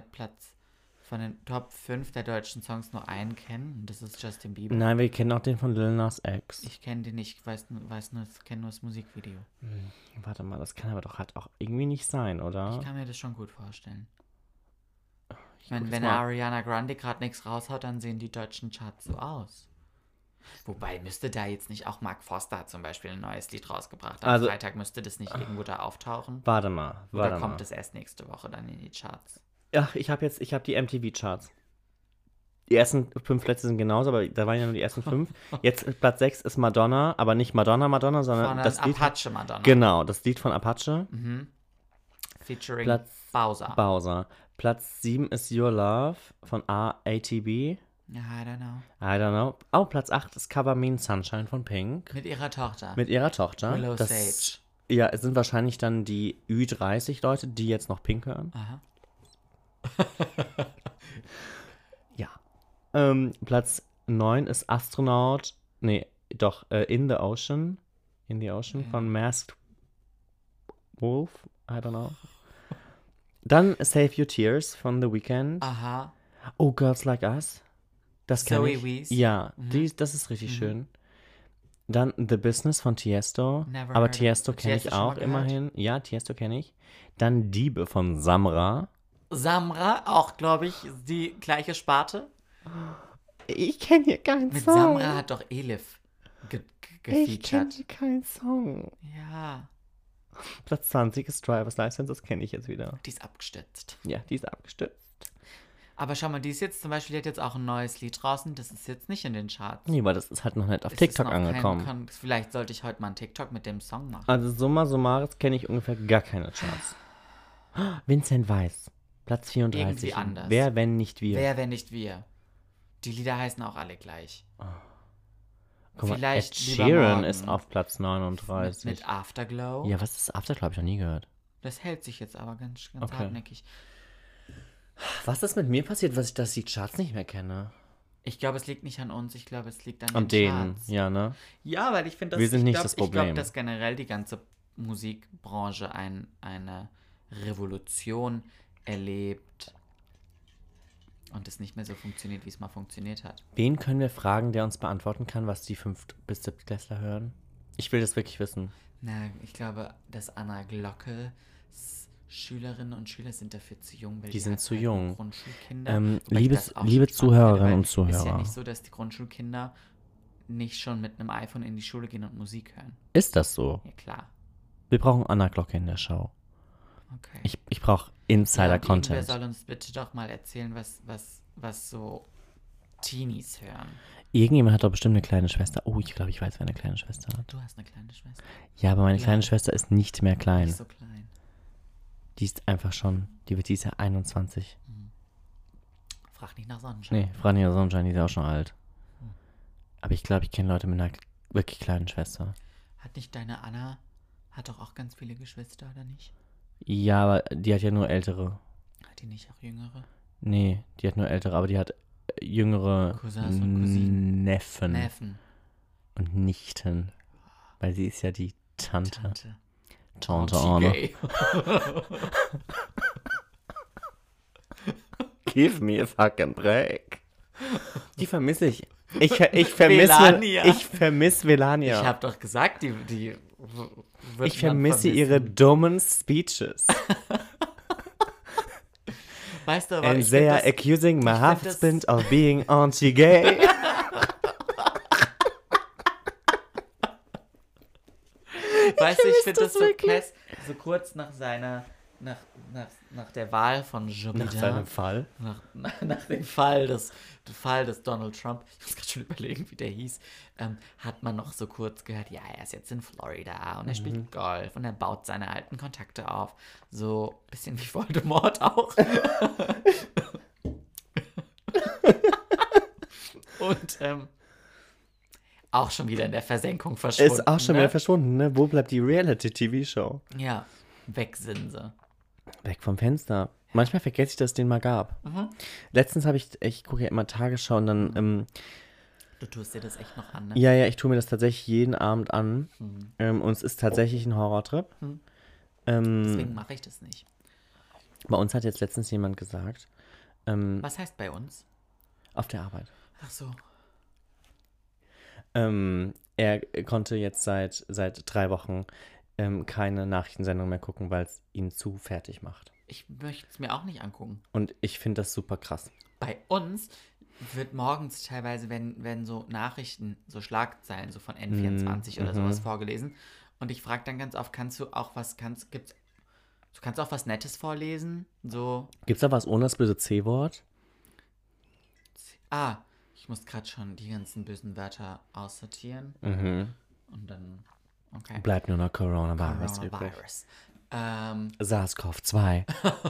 Top 5 der deutschen Songs nur einen kennen? Und das ist Justin Bieber. Nein, wir kennen auch den von Lil Nas X. Ich kenne den nicht, kenne nur das Musikvideo. Warte mal, das kann aber doch halt auch irgendwie nicht sein, oder? Ich kann mir das schon gut vorstellen. Ich guck meine, jetzt wenn mal. Ariana Grande gerade nichts raushaut, dann sehen die deutschen Charts so aus. Wobei, müsste da jetzt nicht auch Mark Forster zum Beispiel ein neues Lied rausgebracht haben? Also- Freitag müsste das nicht irgendwo da auftauchen? Warte mal, Oder kommt es erst nächste Woche dann in die Charts? Ach, ich habe die MTV-Charts. Die ersten 5 Plätze sind genauso, aber da waren ja nur die ersten 5. Jetzt Platz 6 ist Madonna, aber nicht Madonna, sondern Von das Lied. Apache Madonna. Genau, das Lied von Apache. Featuring Platz- Bowser. Bowser. Platz 7 ist Your Love von ATB. Ja, I don't know. I don't know. Oh, Platz 8 ist Cover Me in Sunshine von Pink. Mit ihrer Tochter. Mit ihrer Tochter. Willow Das- Sage. Ja, es sind wahrscheinlich dann die Ü30-Leute, die jetzt noch Pink hören. Aha. Ja. Platz 9 ist Astronaut. Nee, doch, In the Ocean. In the Ocean von Masked Wolf. I don't know. Dann Save Your Tears von The Weeknd. Aha. Oh, Girls Like Us. Das kenne Zoe ich. Wees. Ja, das ist richtig schön. Dann The Business von Tiesto. Never Aber heard of Tiesto it. kenne ich Tiesto schon auch mal gehört? immerhin. Ja, Tiesto kenne ich. Dann Diebe von Samra. Samra, auch, glaube ich, die gleiche Sparte. Ich kenne hier keinen Mit Song. Samra hat doch Elif Ich kenne gefeatured. hier keinen Song. Ja, Platz 20 ist Driver's License, das kenne ich jetzt wieder. die ist abgestürzt. Ja, die ist abgestürzt. Aber schau mal, die ist jetzt zum Beispiel, die hat jetzt auch ein neues Lied draußen, das ist jetzt nicht in den Charts. Nee, weil das ist halt noch nicht auf Es ist TikTok noch kein angekommen. Vielleicht sollte ich heute mal einen TikTok mit dem Song machen. Also summa summaris kenne ich ungefähr gar keine Charts. Vincent Weiss, Platz 34. Irgendwie anders. Wer, wenn nicht wir? Wer, wenn nicht wir? Die Lieder heißen auch alle gleich. Guck mal, Ed Vielleicht lieber Sheeran morgen. ist auf Platz 39. Mit Afterglow. Ja, was ist Afterglow? Habe ich noch nie gehört. Das hält sich jetzt aber ganz Okay. hartnäckig. Was ist mit mir passiert, dass ich die Charts nicht mehr kenne? Ich glaube, es liegt nicht an uns, ich glaube, es liegt an An den denen, Charts. ja, ne? Ja, weil ich finde, Wir sind ich nicht glaub, das Ich glaube, Problem. dass generell die ganze Musikbranche eine Revolution erlebt und es nicht mehr so funktioniert, wie es mal funktioniert hat. Wen können wir fragen, der uns beantworten kann, was die 5- bis 7-Klässler hören? Ich will das wirklich wissen. Na, ich glaube, dass Anna Glockes Schülerinnen und Schüler sind dafür zu jung, weil Die sind hat zu halt jung. nur Grundschulkinder. Wobei ich liebe das auch schon spannend Zuhörerinnen finde, weil und es ist ja Zuhörer. nicht so, dass die Grundschulkinder nicht schon mit einem iPhone in die Schule gehen und Musik hören. Ist das so? Ja, klar. Wir brauchen Anna Glocke in der Show. Okay. Ich brauche Ja, und irgendwer Insider-Content. soll uns bitte doch mal erzählen, was so Teenies hören. Irgendjemand hat doch bestimmt eine kleine Schwester. Oh, ich glaube, ich weiß, wer eine kleine Schwester hat. Du hast eine kleine Schwester. Ja, aber meine Ja. kleine Schwester ist nicht mehr klein. Nicht so klein. Die ist einfach schon, die wird dieses Jahr 21. Frag nicht nach Sonnenschein. Nee, Franja Sonnenschein, die ist ja auch schon alt. Aber ich glaube, ich kenne Leute mit einer wirklich kleinen Schwester. Hat nicht deine Anna, hat doch auch ganz viele Geschwister, oder nicht? Ja, aber die hat ja nur ältere. Hat die nicht auch jüngere? Nee, die hat nur ältere, aber die hat jüngere Cousins und Cousinen. Neffen Neffen. und Nichten. Weil sie ist ja die Tante. Tante Auntie Anna. Gay. Give me a fucking break. Die vermisse ich. Ich vermisse Melania. Ich vermisse Melania. Ich hab doch gesagt, die wird Ich man vermisse vermissen. ihre dummen Speeches. Weißt du, aber And ich they find are das, accusing my ich find husband of being anti-gay. weißt du, ich finde das das so wirklich. so kurz nach seiner, nach der Wahl von Joe Nach Biden, seinem Fall. nach dem Fall des Donald Trump, ich muss gerade schon überlegen, wie der hieß, hat man noch so kurz gehört, ja, er ist jetzt in Florida und er spielt Golf und er baut seine alten Kontakte auf. So ein bisschen wie Voldemort auch. Und auch schon wieder in der Versenkung verschwunden. Ist auch schon ne? wieder verschwunden, ne? Wo bleibt die Reality-TV-Show? Ja, weg sind sie. Weg vom Fenster. Manchmal vergesse ich, dass es den mal gab. Letztens habe ich gucke ja immer Tagesschau und dann, Du tust dir das echt noch an, ne? ja, ich tue mir das tatsächlich jeden Abend an. Und es ist tatsächlich ein Horrortrip. Deswegen mache ich das nicht. Bei uns hat jetzt letztens jemand gesagt, Was heißt bei uns? auf der Arbeit. Ach so. Er konnte jetzt seit 3 Wochen keine Nachrichtensendung mehr gucken, weil es ihn zu fertig macht. Ich möchte es mir auch nicht angucken. Und ich finde das super krass. Bei uns wird morgens teilweise, wenn so Nachrichten, so Schlagzeilen, so von N24 oder sowas vorgelesen. Und ich frage dann ganz oft, kannst du auch was Nettes vorlesen? So, Gibt's da was ohne das böse C-Wort? ich muss gerade schon die ganzen bösen Wörter aussortieren. Und dann, okay. Bleibt nur noch Coronavirus übrig. Coronavirus. SARS-CoV-2.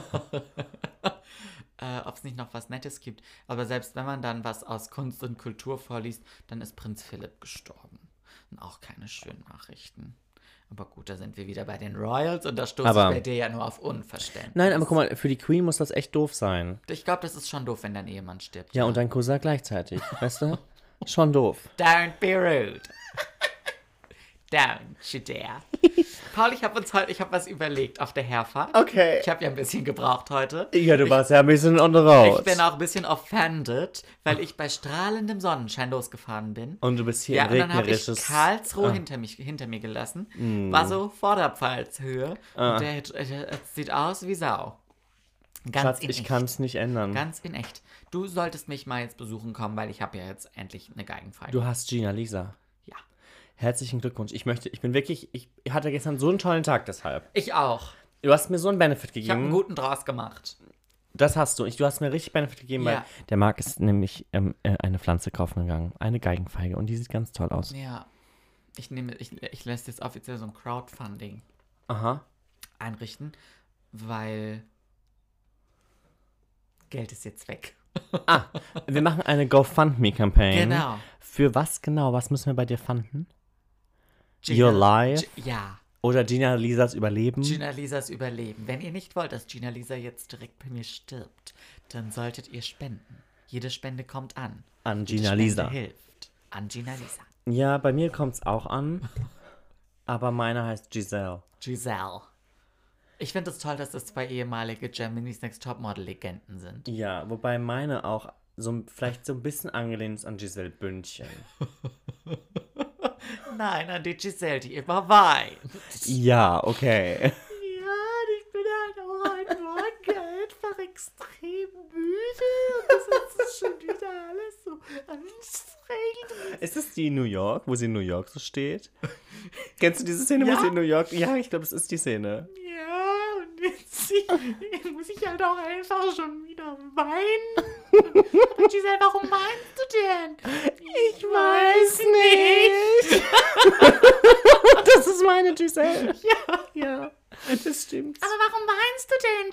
Ob es nicht noch was Nettes gibt. Aber selbst wenn man dann was aus Kunst und Kultur vorliest, dann ist Prinz Philipp gestorben. Und auch keine schönen Nachrichten. Aber gut, da sind wir wieder bei den Royals und da stoße ich Aber- bei dir ja nur auf Unverständnis. Nein, aber guck mal, für die Queen muss das echt doof sein. Ich glaube, das ist schon doof, wenn dein Ehemann stirbt. Ja, und dein Cousin gleichzeitig, weißt du? Schon doof. Don't be rude. Don't you dare. Paul, ich habe was überlegt auf der Herfahrt. Okay. Ich habe ja ein bisschen gebraucht heute. Ja, du warst ja ein bisschen on the road. Ich bin auch ein bisschen offended, weil ich bei strahlendem Sonnenschein losgefahren bin. Und du bist hier Ja, in und dann habe ich regnerisches... Karlsruhe hinter mir gelassen. War so Vorderpfalzhöhe. Und der sieht aus wie Sau. Ganz Schatz, in ich echt. kann es nicht ändern. Ganz in echt. Du solltest mich mal jetzt besuchen kommen, weil ich habe ja jetzt endlich eine Geigenfeige. Du hast Gina Lisa. Ja. Herzlichen Glückwunsch. Ich hatte gestern so einen tollen Tag deshalb. Ich auch. Du hast mir so einen Benefit Ich habe einen gegeben. guten draus gemacht. Das hast du. Du hast mir richtig Benefit gegeben, Ja. weil der Marc ist nämlich eine Pflanze kaufen gegangen. Eine Geigenfeige. Und die sieht ganz toll aus. Ja. Ich lasse jetzt offiziell so ein Crowdfunding Aha. einrichten, weil Geld ist jetzt weg. Wir machen eine GoFundMe-Campaign. Genau. Für was genau? Was müssen wir bei dir fanden? Gina- Your Life? Ja. Oder Gina Lisas Überleben? Gina Lisas Überleben. Wenn ihr nicht wollt, dass Gina Lisa jetzt direkt bei mir stirbt, dann solltet ihr spenden. Jede Spende kommt an. An Jede Gina Spende Lisa. hilft. An Gina Lisa. Ja, bei mir kommt es auch an. Aber meiner heißt Giselle. Giselle. Ich finde es toll, dass das zwei ehemalige Germany's Next Topmodel-Legenden sind. Ja, wobei meine auch vielleicht so ein bisschen angelehnt ist an Giselle Bündchen. Nein, an die Giselle, die immer weint. Ja, okay. Ja, ich bin halt auch heute Morgen einfach extrem müde. Und das ist schon wieder alles so anstrengend. Ist es die in New York, wo sie in New York so steht? Kennst du diese Szene, wo Ja. sie in New York... Ja, ich glaube, es ist die Szene. Ja, und jetzt muss ich halt auch einfach schon wieder weinen. Und Giselle, warum weinst du denn? Ich weiß nicht. Das ist meine Giselle. Ja, das stimmt. Aber warum weinst du denn,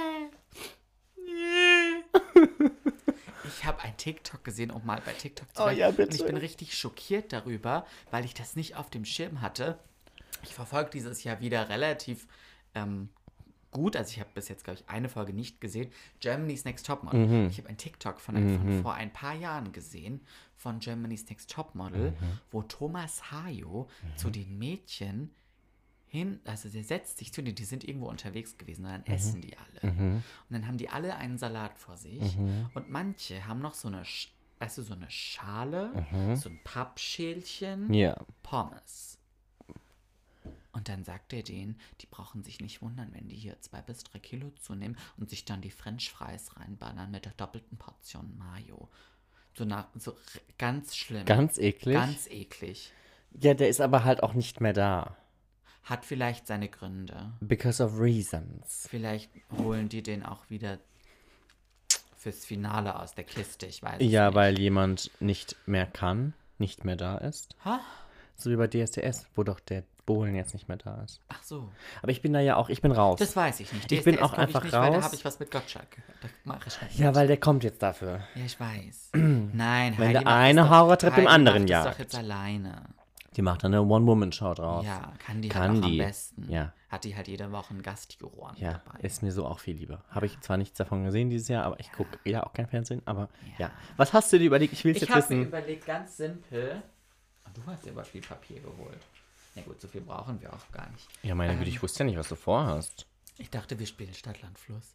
Giselle? Ich habe ein TikTok gesehen, um mal bei TikTok zu Oh bleiben. ja, bitte. Und ich bin richtig schockiert darüber, weil ich das nicht auf dem Schirm hatte. Ich verfolge dieses Jahr wieder relativ gut. Also ich habe bis jetzt, glaube ich, eine Folge nicht gesehen. Germany's Next Topmodel. Ich habe ein TikTok von vor ein paar Jahren gesehen von Germany's Next Topmodel, wo Thomas Hayo zu den Mädchen also der setzt sich zu denen, die sind irgendwo unterwegs gewesen und dann essen die alle. Und dann haben die alle einen Salat vor sich und manche haben noch so eine, so eine Schale, so ein Pappschälchen, Ja. Pommes. Und dann sagt er denen, die brauchen sich nicht wundern, wenn die hier 2 bis 3 Kilo zunehmen und sich dann die French Fries reinballern mit der doppelten Portion Mayo. So ganz schlimm. Ganz eklig. Ganz eklig. Ja, der ist aber halt auch nicht mehr da. Hat vielleicht seine Gründe. Because of reasons. Vielleicht holen die den auch wieder fürs Finale aus der Kiste, ich weiß es Ja, nicht. weil jemand nicht mehr kann, nicht mehr da ist. Ha? So wie bei DSDS, wo doch der Bohlen jetzt nicht mehr da ist. Ach so. Aber ich bin da ja auch, ich bin raus. Das weiß ich nicht. Ich bin auch guck einfach nicht, weil da raus. habe ich was mit Gottschalk gehört. Da mache ich nicht Ja, mit. weil der kommt jetzt dafür. Ja, ich weiß. Nein, Wenn Heidi der macht eine das doch- Horrortrip dem Heidi anderen macht das jagt. doch jetzt alleine. Die macht dann eine One-Woman-Show draus. Ja, kann die Kann halt auch die. am besten. Ja. Hat die halt jede Woche einen Gastjuroren Ja, dabei. ist mir so auch viel lieber. Habe ich zwar nichts davon gesehen dieses Jahr, aber ich gucke ja auch kein Fernsehen, aber ja. Was hast du dir überlegt? Ich will es Ich jetzt habe mir wissen. überlegt, ganz simpel. Oh, du hast dir aber viel Papier geholt. Na gut, so viel brauchen wir auch gar nicht. Ja, meine Güte, ich wusste ja nicht, was du vorhast. Ich dachte, wir spielen Stadt, Land, Fluss.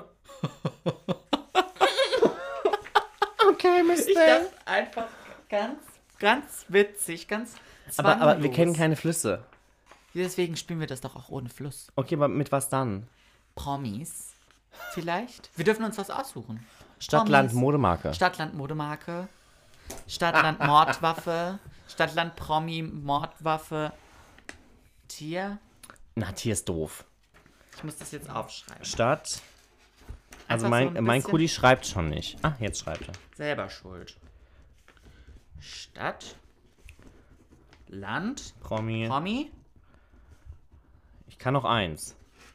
Okay, Ich dachte einfach ganz witzig, ganz zwanglos. Aber wir kennen keine Flüsse. Deswegen spielen wir das doch auch ohne Fluss. Okay, aber mit was dann? Promis vielleicht? Wir dürfen uns was aussuchen. Stadt, Land, Promis. Modemarke. Stadt, Land, Modemarke. Stadt, Land, Mordwaffe. Stadt, Land, Promi, Mordwaffe. Tier. Na, Tier ist doof. Ich muss das jetzt aufschreiben. Stadt. Also Einfach mein, so ein mein bisschen- Kudi schreibt schon nicht. Ah, jetzt schreibt er. Selber schuld. Stadt. Land. Promi. Promi. Ich kann noch eins.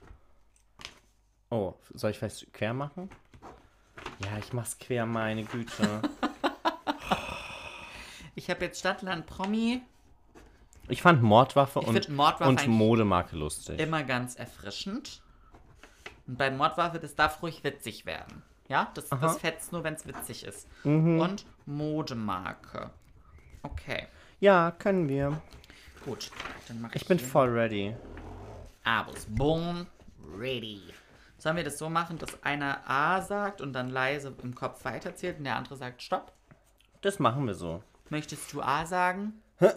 Oh, soll ich vielleicht quer machen? Ja, ich mach's quer, meine Güte. Ich habe jetzt Stadt, Land, Promi. Ich fand Mordwaffe Ich und, find Mordwaffe und eigentlich Modemarke lustig. Immer ganz erfrischend. Und bei Mordwaffe, das darf ruhig witzig werden. Ja, das fetzt nur, wenn es witzig ist. Und Modemarke. Okay, Ja, können wir. gut. Dann mache Ich bin hier- voll ready. I was born ready. Sollen wir das so machen, dass einer A sagt und dann leise im Kopf weiterzählt und der andere sagt Stopp? Das machen wir so. Möchtest du A sagen?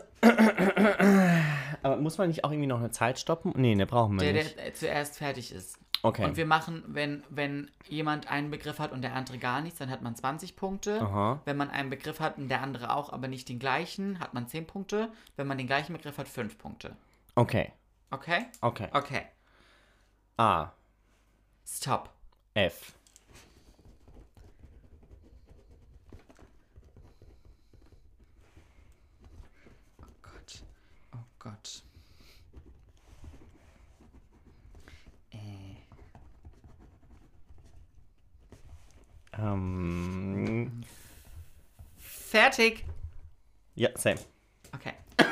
Aber muss man nicht auch irgendwie noch eine Zeit stoppen? Nee, ne, brauchen wir nicht. Der zuerst fertig ist. Okay. Und wir machen, wenn jemand einen Begriff hat und der andere gar nichts, dann hat man 20 Punkte. Aha. Wenn man einen Begriff hat und der andere auch, aber nicht den gleichen, hat man 10 Punkte. Wenn man den gleichen Begriff hat, 5 Punkte. Okay. Okay? Okay. Okay. A. Stop. F. Oh Gott. Oh Gott. Fertig. Ja, same. Okay.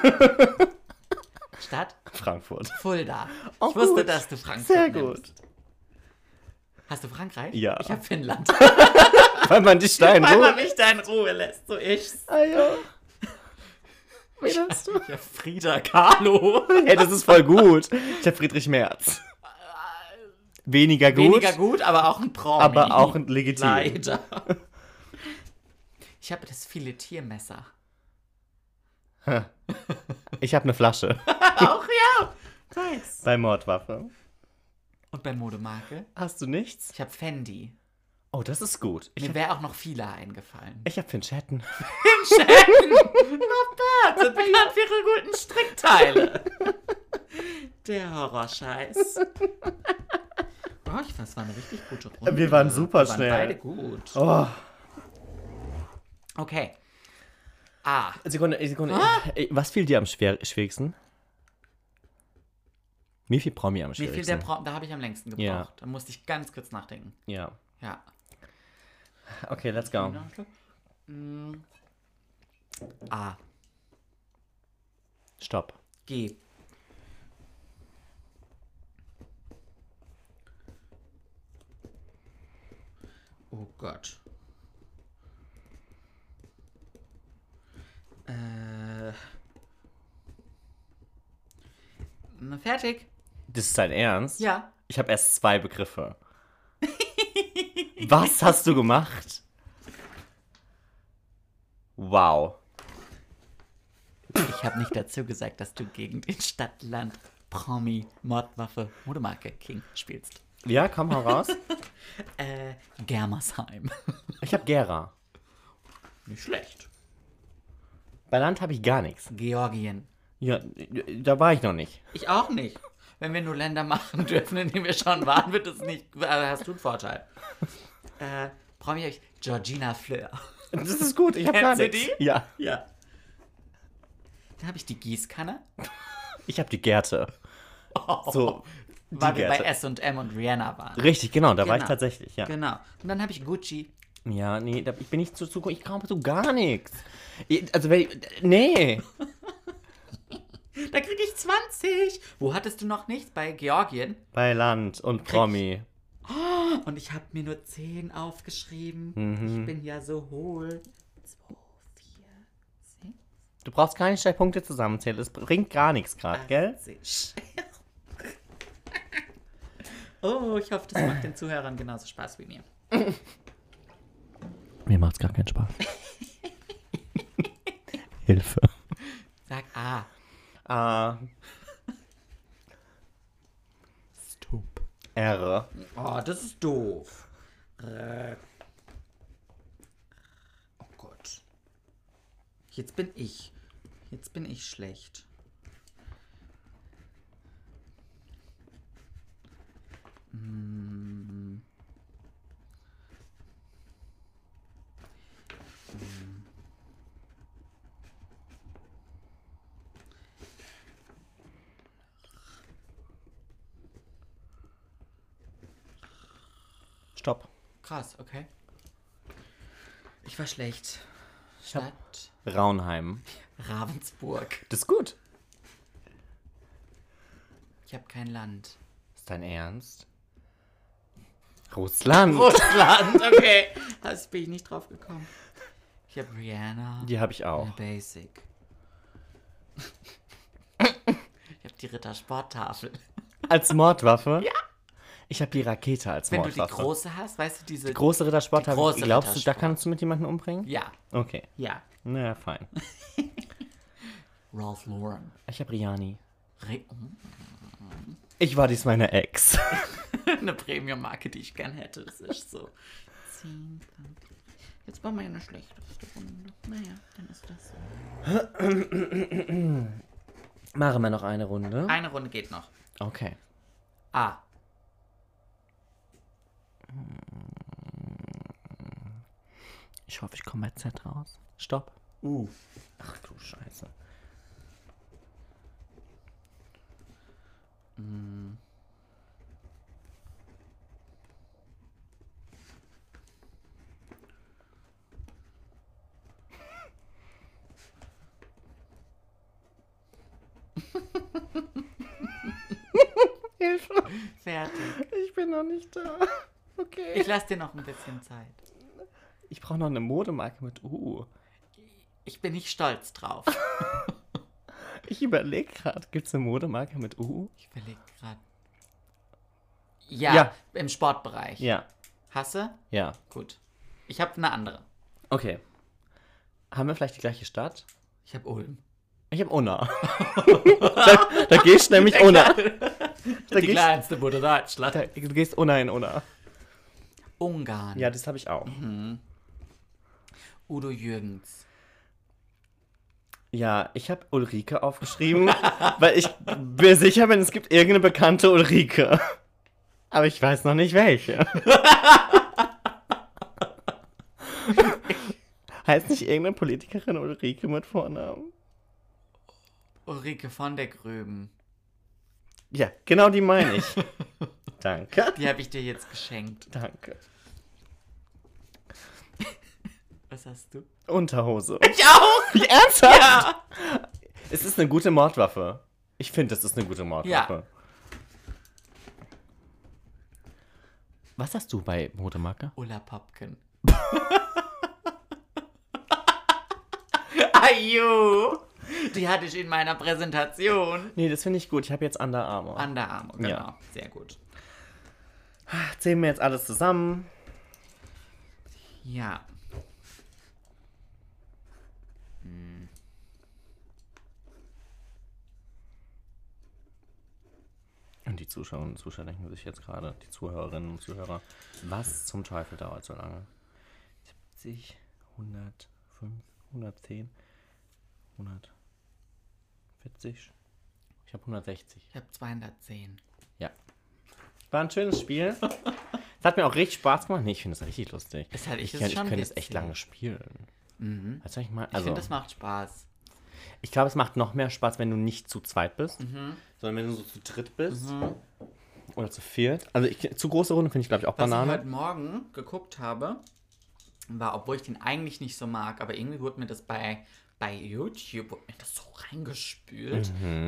Stadt? Frankfurt. Fulda. Oh, Ich wusste, gut. dass du Frankfurt Sehr nimmst. gut. Hast du Frankreich? Ja. Ich habe Finnland. Weil man dich da in Weil man Ruhe... mich da in Ruhe lässt, so ich's. Ah ja. Wen hast du? Ja, Frida Kahlo. Hey, das ist voll gut. Ich hab Friedrich Merz. Weniger gut. Weniger gut, aber auch ein Promi. Aber auch ein legitim. Leider. Ich habe das Filetiermesser. Ich habe eine Flasche. Auch ja. Nice. Bei Mordwaffe. Und bei Modemarke? Hast du nichts? Ich habe Fendi. Oh, das ist gut. Mir wäre auch noch Fila eingefallen. Ich habe Finchetten. Finchetten! Not bad. Sind bekannt für ihre guten Strickteile. Der Horrorscheiß. Oh, ich fand, es war eine richtig gute Runde. Wir waren super schnell. Wir waren beide gut. Oh. Okay. A. Sekunde. Was fiel dir am schwierigsten? Wie viel Promi am Wie schwierigsten? viel der Promi? Da habe ich am längsten gebraucht. Ja. Da musste ich ganz kurz nachdenken. Ja. Ja. Okay, let's go. A. Stopp. G. Oh Gott. Na, fertig? Das ist dein Ernst? Ja. Ich habe erst 2 Begriffe. Was hast du gemacht? Wow. Ich habe nicht dazu gesagt, dass du gegen den Stadtland Promi Mordwaffe Modemarke King spielst. Ja, komm, hau raus. Germersheim. Ich habe Gera. Nicht schlecht. Bei Land habe ich gar nichts. Georgien. Ja, da war ich noch nicht. Ich auch nicht. Wenn wir nur Länder machen dürfen, in denen wir schon waren, wird es nicht. Hast du einen Vorteil. Promi habe ich Georgina Fleur. Das ist gut, ich habe gar Kennst du nichts. die? Ja. Ja. Dann habe ich die Gießkanne. Ich habe die Gerte. So, die Weil wir bei Gerte. S&M und Rihanna waren. Richtig, genau, da war ich Genau. tatsächlich, ja. Genau. Und dann habe ich Gucci. Ja, nee, ich bin nicht ich kaufe so gar nichts. Also, nee. Da kriege ich 20. Wo hattest du noch nichts? Bei Georgien. Bei Land und Promi. Und ich habe mir nur 10 aufgeschrieben. Ich bin ja so hohl. 2, 4, 6, Du brauchst keine Punkte zusammenzählen, das bringt gar nichts gerade, gell? 10. Oh, ich hoffe, das macht den Zuhörern genauso Spaß wie mir. Mir macht's gar keinen Spaß. Hilfe. Sag A. Stop. R. Oh, das ist doof. Oh Gott. Jetzt bin ich schlecht. Stopp. Krass, okay. Ich war schlecht. hab- Stadt Raunheim. Ravensburg. Das ist gut. Ich habe kein Land. Ist dein Ernst? Russland. Russland, okay. Da bin ich nicht drauf gekommen. Ich habe Rihanna. Die habe ich auch. Basic. Ich habe die Rittersporttafel. Als Mordwaffe? Ja. Ich habe die Rakete als Wenn du Mordwaffe. die große hast, weißt du, diese... Die große Rittersport Die habe große ich. Glaubst du, da Rittersport. kannst du mit jemandem umbringen? Ja, Okay. ja. Naja, fein. Ralph Lauren. Ich habe Rihanni. Re Ich war diesmal eine Ex. Eine Premium-Marke, die ich gern hätte. Das ist so. 10 Punkte. Jetzt war mal eine schlechteste Runde. Naja, dann ist das so. Machen wir noch eine Runde. Eine Runde geht noch. Okay. A. Ich hoffe, ich komme bei Z raus. Stopp. Ach du Scheiße. Hilfe. Fertig. Ich bin noch nicht da. Okay. Ich lasse dir noch ein bisschen Zeit. Ich brauche noch eine Modemarke mit U. Ich bin nicht stolz drauf. Ich überlege gerade, gibt es eine Modemarke mit U? Ich überlege gerade. Ja, Ja. im Sportbereich. Ja. Hasse? Ja. Gut. Ich habe eine andere. Okay. Haben wir vielleicht die gleiche Stadt? Ich habe Ulm. Ich habe Unna. da gehst du nämlich Unna. Da Die kleinste Bude Deutschland. Du gehst Unna in Unna. Ungarn. Ja, das habe ich auch. Udo Jürgens. Ja, ich habe Ulrike aufgeschrieben, weil ich mir sicher bin, es gibt irgendeine bekannte Ulrike. Aber ich weiß noch nicht welche. Heißt nicht irgendeine Politikerin Ulrike mit Vornamen? Ulrike von der Gröben. Ja, genau die meine ich. Danke. Die habe ich dir jetzt geschenkt. Danke. Was hast du? Unterhose. Ich auch! Wie ernsthaft? Ja! Es ist eine gute Mordwaffe. Ich finde, das ist eine gute Mordwaffe. Ja. Was hast du bei Modemarke? Ulla Popken. Ajo! Die hatte ich in meiner Präsentation. Nee, das finde ich gut. Ich habe jetzt Under Armour. Under Armour, genau. Ja. Sehr gut. Zählen wir jetzt alles zusammen. Ja. Und die Zuschauerinnen und Zuschauer denken sich jetzt gerade, die Zuhörerinnen und Zuhörer, was zum Teufel dauert so lange? 70, 105, 110, 140. Ich habe 160. Ich habe 210. Ja. War ein schönes Spiel. Es hat mir auch richtig Spaß gemacht. Nee, ich finde das richtig lustig. Das hatte ich Ich jetzt schon könnte es witzig. echt lange spielen. Was soll ich mal? Ich Also, finde, das macht Spaß. ich glaube, es macht noch mehr Spaß, wenn du nicht zu zweit bist, sondern wenn du so zu dritt bist. Oder zu viert. Also zu große Runde finde ich, glaube ich, auch Was ich Banane. heute Morgen geguckt habe, war, obwohl ich den eigentlich nicht so mag, aber irgendwie wurde mir das bei YouTube wurde mir das so reingespült.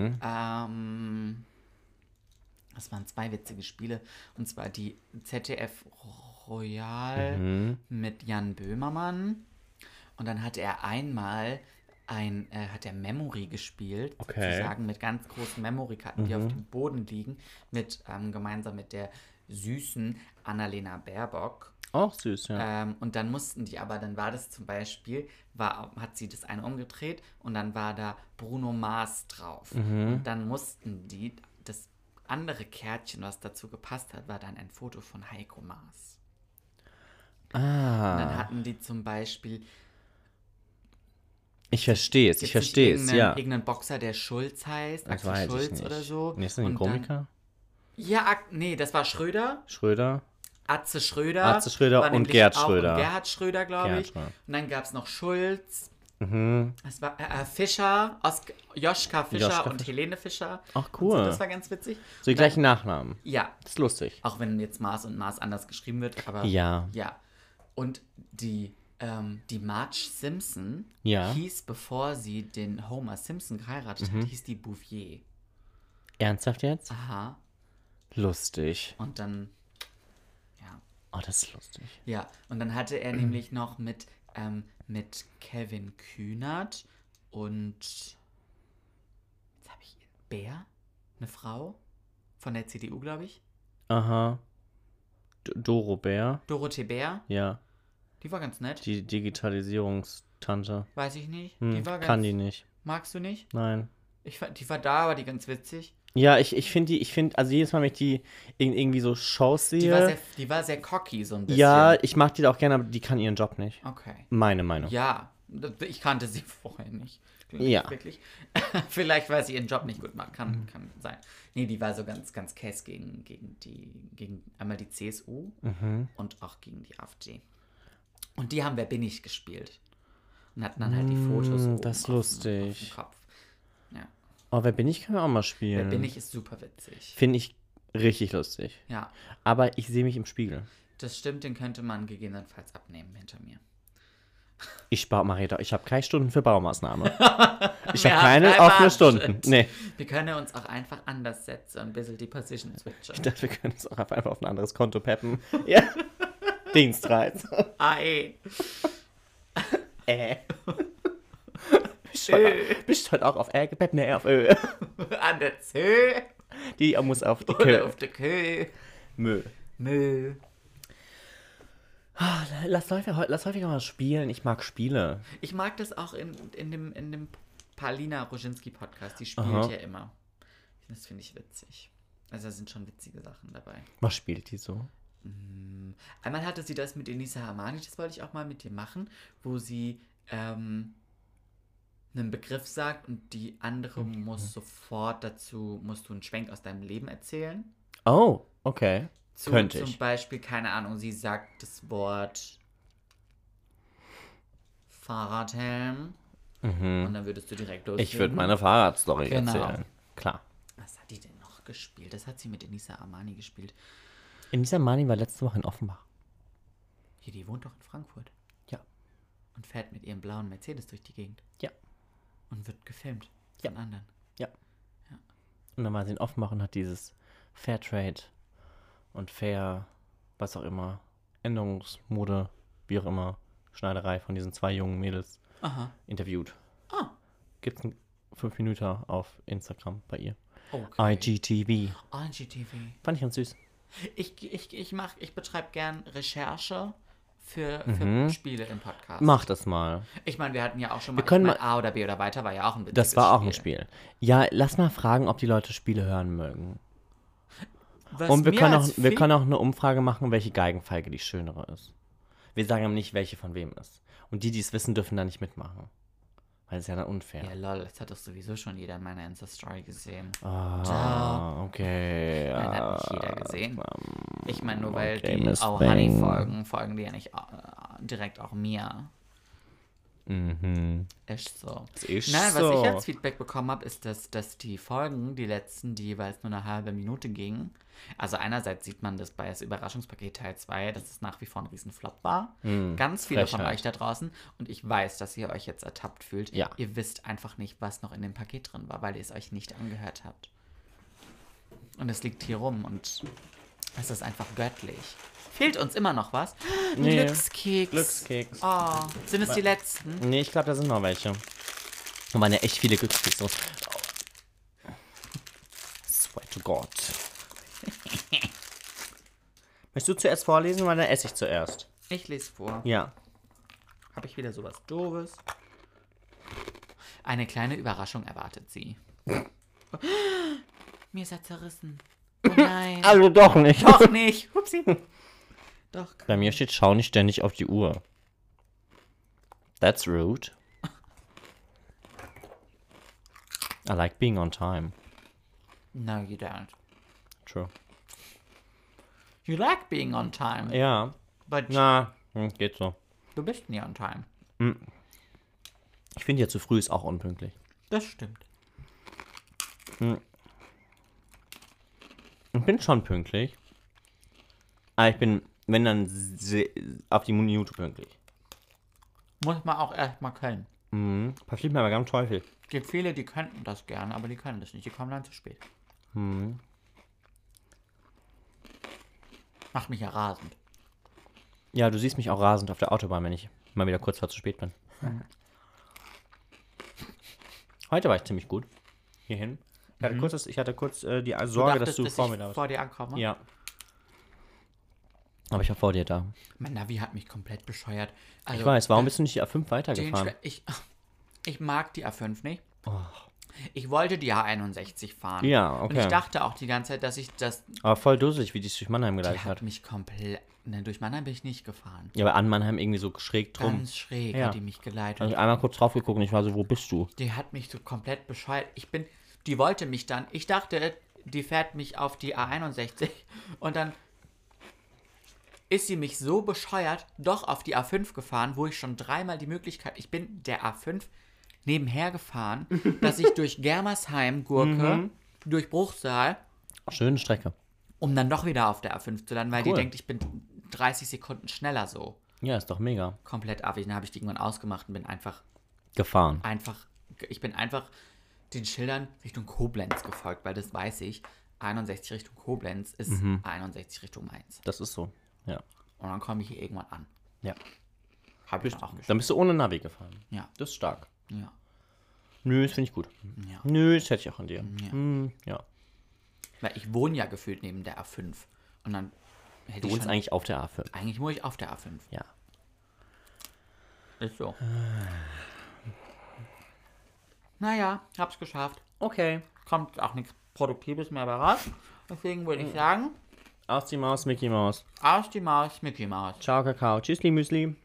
Das waren 2 witzige Spiele. Und zwar die ZDF Royal mit Jan Böhmermann. Und dann hat er einmal hat er Memory gespielt, sozusagen mit ganz großen Memory-Karten, die auf dem Boden liegen, gemeinsam mit der süßen Annalena Baerbock. Auch süß, ja. Und dann dann war das zum Beispiel, hat sie das eine umgedreht und dann war da Bruno Mars drauf. Und dann mussten die, das andere Kärtchen, was dazu gepasst hat, war dann ein Foto von Heiko Maas. Und dann hatten die zum Beispiel Ich verstehe es, ja. Irgendeinen Boxer, der Schulz heißt, Das Axel weiß ich Schulz nicht. oder so. Nee, ist das ein Und Komiker? Ja, nee, das war Schröder. Schröder? Atze Schröder. Atze Schröder war und nämlich Gerd auch Schröder. Gerhard Schröder, glaube Gerhard ich. Schröder. Und dann gab es noch Schulz. Es war Fischer, Joschka Fischer Joschka und Fischer. Helene Fischer. Ach, Und cool. So, das war ganz witzig. So die gleichen Nachnamen. Ja, Das ist lustig. auch wenn jetzt Mars und Mars anders geschrieben wird, aber Ja. ja. Und die Marge Simpson Ja. hieß, bevor sie den Homer Simpson geheiratet hat, hieß die Bouvier. Ernsthaft jetzt? Aha. Lustig. Und dann, ja. Oh, das ist lustig. Ja, und dann hatte er nämlich noch mit Kevin Kühnert und jetzt habe ich Bär, eine Frau von der CDU, glaube ich. Aha. Doro Bär. Dorothee Bär, Ja. die war ganz nett. Die Digitalisierungstante. Weiß ich nicht. Hm, Die war kann ganz... die nicht. Magst du nicht? Nein. Die war da, aber die ganz witzig. Ja, ich finde, also jedes Mal, wenn ich die irgendwie so Shows sehe. Die war sehr cocky, so ein bisschen. Ja, ich mag die da auch gerne, aber die kann ihren Job nicht. Okay. Meine Meinung. Ja, ich kannte sie vorher nicht. Ja. Wirklich. Vielleicht, weil sie ihren Job nicht gut macht. Kann sein. Nee, die war so ganz, ganz käs gegen einmal die CSU und auch gegen die AfD. Und die haben Wer bin ich gespielt. Und hatten dann halt die Fotos oben das ist auf dem lustig. Kopf. Ja. Oh, Wer bin ich, können wir auch mal Wer spielen. bin ich ist super witzig. Finde ich richtig lustig. Ja, Aber ich sehe mich im Spiegel. das stimmt, den könnte man gegebenenfalls abnehmen hinter mir. Ich habe keine Stunden für Baumaßnahme. Ich Wir habe haben keine kein offene Budget. Stunden. Nee. Wir können uns auch einfach anders setzen und ein bisschen die Position Ich switchen. dachte, wir können es auch einfach auf ein anderes Konto peppen. Ja. Dienstreiz. Ei. Bist heute auch auf Ä gepeppt? Nee, auf Ö. An der Zö Die muss auf die oder Kö. auf der Kö. Mö. Mö. Lass häufiger mal spielen. Ich mag Spiele. Ich mag das auch in dem Paulina Roginski Podcast. Die spielt Aha. ja immer. Das finde ich witzig. Also da sind schon witzige Sachen dabei. Was spielt die so? Einmal hatte sie das mit Enisa Amani, das wollte ich auch mal mit dir machen, wo sie einen Begriff sagt und die andere muss sofort dazu, musst du einen Schwenk aus deinem Leben erzählen. Oh, okay. Könnte Zum ich. Beispiel, keine Ahnung, sie sagt das Wort Fahrradhelm und dann würdest du direkt loslegen. Ich würde meine Fahrradstory Genau. erzählen. Klar. Was hat die denn noch gespielt? Das hat sie mit Enisa Amani gespielt. Enisa Amani war letzte Woche in Offenbach. Hier, die wohnt doch in Frankfurt. Ja. Und fährt mit ihrem blauen Mercedes durch die Gegend. Ja. Und wird gefilmt Ja. von anderen. Und dann war sie in Offenbach und hat dieses Fairtrade und Fair, was auch immer, Änderungsmode, wie auch immer, Schneiderei von diesen 2 jungen Mädels Aha. interviewt. Ah. Gibt's einen 5 Minuten auf Instagram bei ihr. Okay. IGTV. IGTV. Fand ich ganz süß. Ich betreibe gern Recherche für Spiele im Podcast. Mach das mal. Ich meine, wir hatten ja auch schon mal, können ich mein, A oder B oder weiter war ja auch ein witziges Das war auch ein Spiel. Ja, lass mal fragen, ob die Leute Spiele hören mögen. Was Und wir mir können als auch eine Umfrage machen, welche Geigenfeige die schönere ist. Wir sagen aber nicht, welche von wem ist. Und die es wissen, dürfen da nicht mitmachen. Weil es ja dann unfair. Ja, lol, das hat doch sowieso schon jeder in meiner Insta-Story gesehen. Okay. Nein, hat nicht jeder gesehen. Ich meine, nur weil okay, die Miss Oh Bang. Honey folgen die ja nicht direkt auch mir. Ist so. Ist Nein, so. was ich als Feedback bekommen habe, ist, dass die Folgen, die letzten, die jeweils nur eine halbe Minute gingen, also einerseits sieht man das bei das Überraschungspaket Teil 2, dass es nach wie vor ein Riesenflop war. Ganz viele von Frechheit. euch da draußen. Und ich weiß, dass ihr euch jetzt ertappt fühlt. Ja. Ihr wisst einfach nicht, was noch in dem Paket drin war, weil ihr es euch nicht angehört habt. Und es liegt hier rum und es ist einfach göttlich. Fehlt uns immer noch was? Nee. Glückskeks. Glückskeks. Oh, sind es die letzten? Nee, ich glaube, da sind noch welche. Da waren ja echt viele Glückskekse. Swear to God. Möchtest du zuerst vorlesen oder dann esse ich zuerst? Ich lese vor. Ja. Habe ich wieder sowas Doofes? Eine kleine Überraschung erwartet sie. Mir ist er zerrissen. Oh nein. Also doch nicht. Doch nicht. Hupsi. Doch. Bei mir steht, schau nicht ständig auf die Uhr. That's rude. I like being on time. No, you don't. True. You like being on time. Ja. But Geht so. du bist nie on time. Ich finde ja zu früh ist auch unpünktlich. Das stimmt. Ich bin schon pünktlich. Aber ich bin, wenn dann, auf die Minute pünktlich. Muss man auch erstmal können. Passiert mir aber ganz Teufel. Es gibt viele, die könnten das gerne, aber die können das nicht. Die kommen dann zu spät. Macht mich ja rasend. Ja, du siehst mich auch rasend auf der Autobahn, wenn ich mal wieder kurz vor zu spät bin. Heute war ich ziemlich gut. Hierhin. Ich hatte kurz die Du Sorge, dachtest, dass du vor mir ich da warst. vor dir ankomme? Ja. Aber ich war vor dir da. Mein Navi hat mich komplett bescheuert. Also, Ich weiß, warum bist du nicht die A5 weitergefahren? Ich mag die A5 nicht. Ich wollte die A61 fahren. Ja, okay. Und ich dachte auch die ganze Zeit, dass ich das... Aber voll dusselig, wie die es durch Mannheim Die geleitet hat hat. mich komplett... Ne, durch Mannheim bin ich nicht gefahren. Ja, aber an Mannheim irgendwie so schräg drum. Ganz schräg Ja. hat die mich geleitet. Also einmal kurz drauf geguckt und ich war so, wo bist du? Die hat mich so komplett bescheuert. Die wollte mich dann... Ich dachte, die fährt mich auf die A61 und dann ist sie mich so bescheuert doch auf die A5 gefahren, wo ich schon dreimal die Möglichkeit... Ich bin der A5 nebenher gefahren, dass ich durch Germersheim gurke, durch Bruchsal, Schöne Strecke. um dann doch wieder auf der A5 zu landen, weil die Cool. denkt, ich bin 30 Sekunden schneller so. Ja, ist doch mega. Komplett affig. Dann habe ich die irgendwann ausgemacht und bin Gefahren. ich bin einfach den Schildern Richtung Koblenz gefolgt, weil das weiß ich. 61 Richtung Koblenz ist 61 Richtung Mainz. Das ist so. Ja. Und dann komme ich hier irgendwann an. Ja. Habe ich dann auch geschafft. Dann bist du ohne Navi gefahren. Ja. Das ist stark. Ja. Nö, das finde ich gut. Ja. Nö, das hätte ich auch an dir. Ja. Ja. Weil ich wohne ja gefühlt neben der A5. Und dann hätte Du ich wohnst schon... eigentlich auf der A5. Eigentlich wohne ich auf der A5. Ja. Ist so. Naja, hab's geschafft. Okay. Kommt auch nichts Produktives mehr bei raus. Deswegen würde ich sagen, Aus die Maus, Mickey Maus. aus die Maus, Mickey Maus. Ciao, Kakao. Tschüssli, Müsli.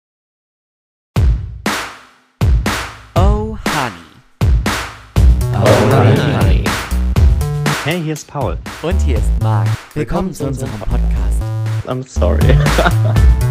Oh, Honey. Honey. Hey, hier ist Paul. Und hier ist Marc. Willkommen zu unserem Podcast. I'm sorry.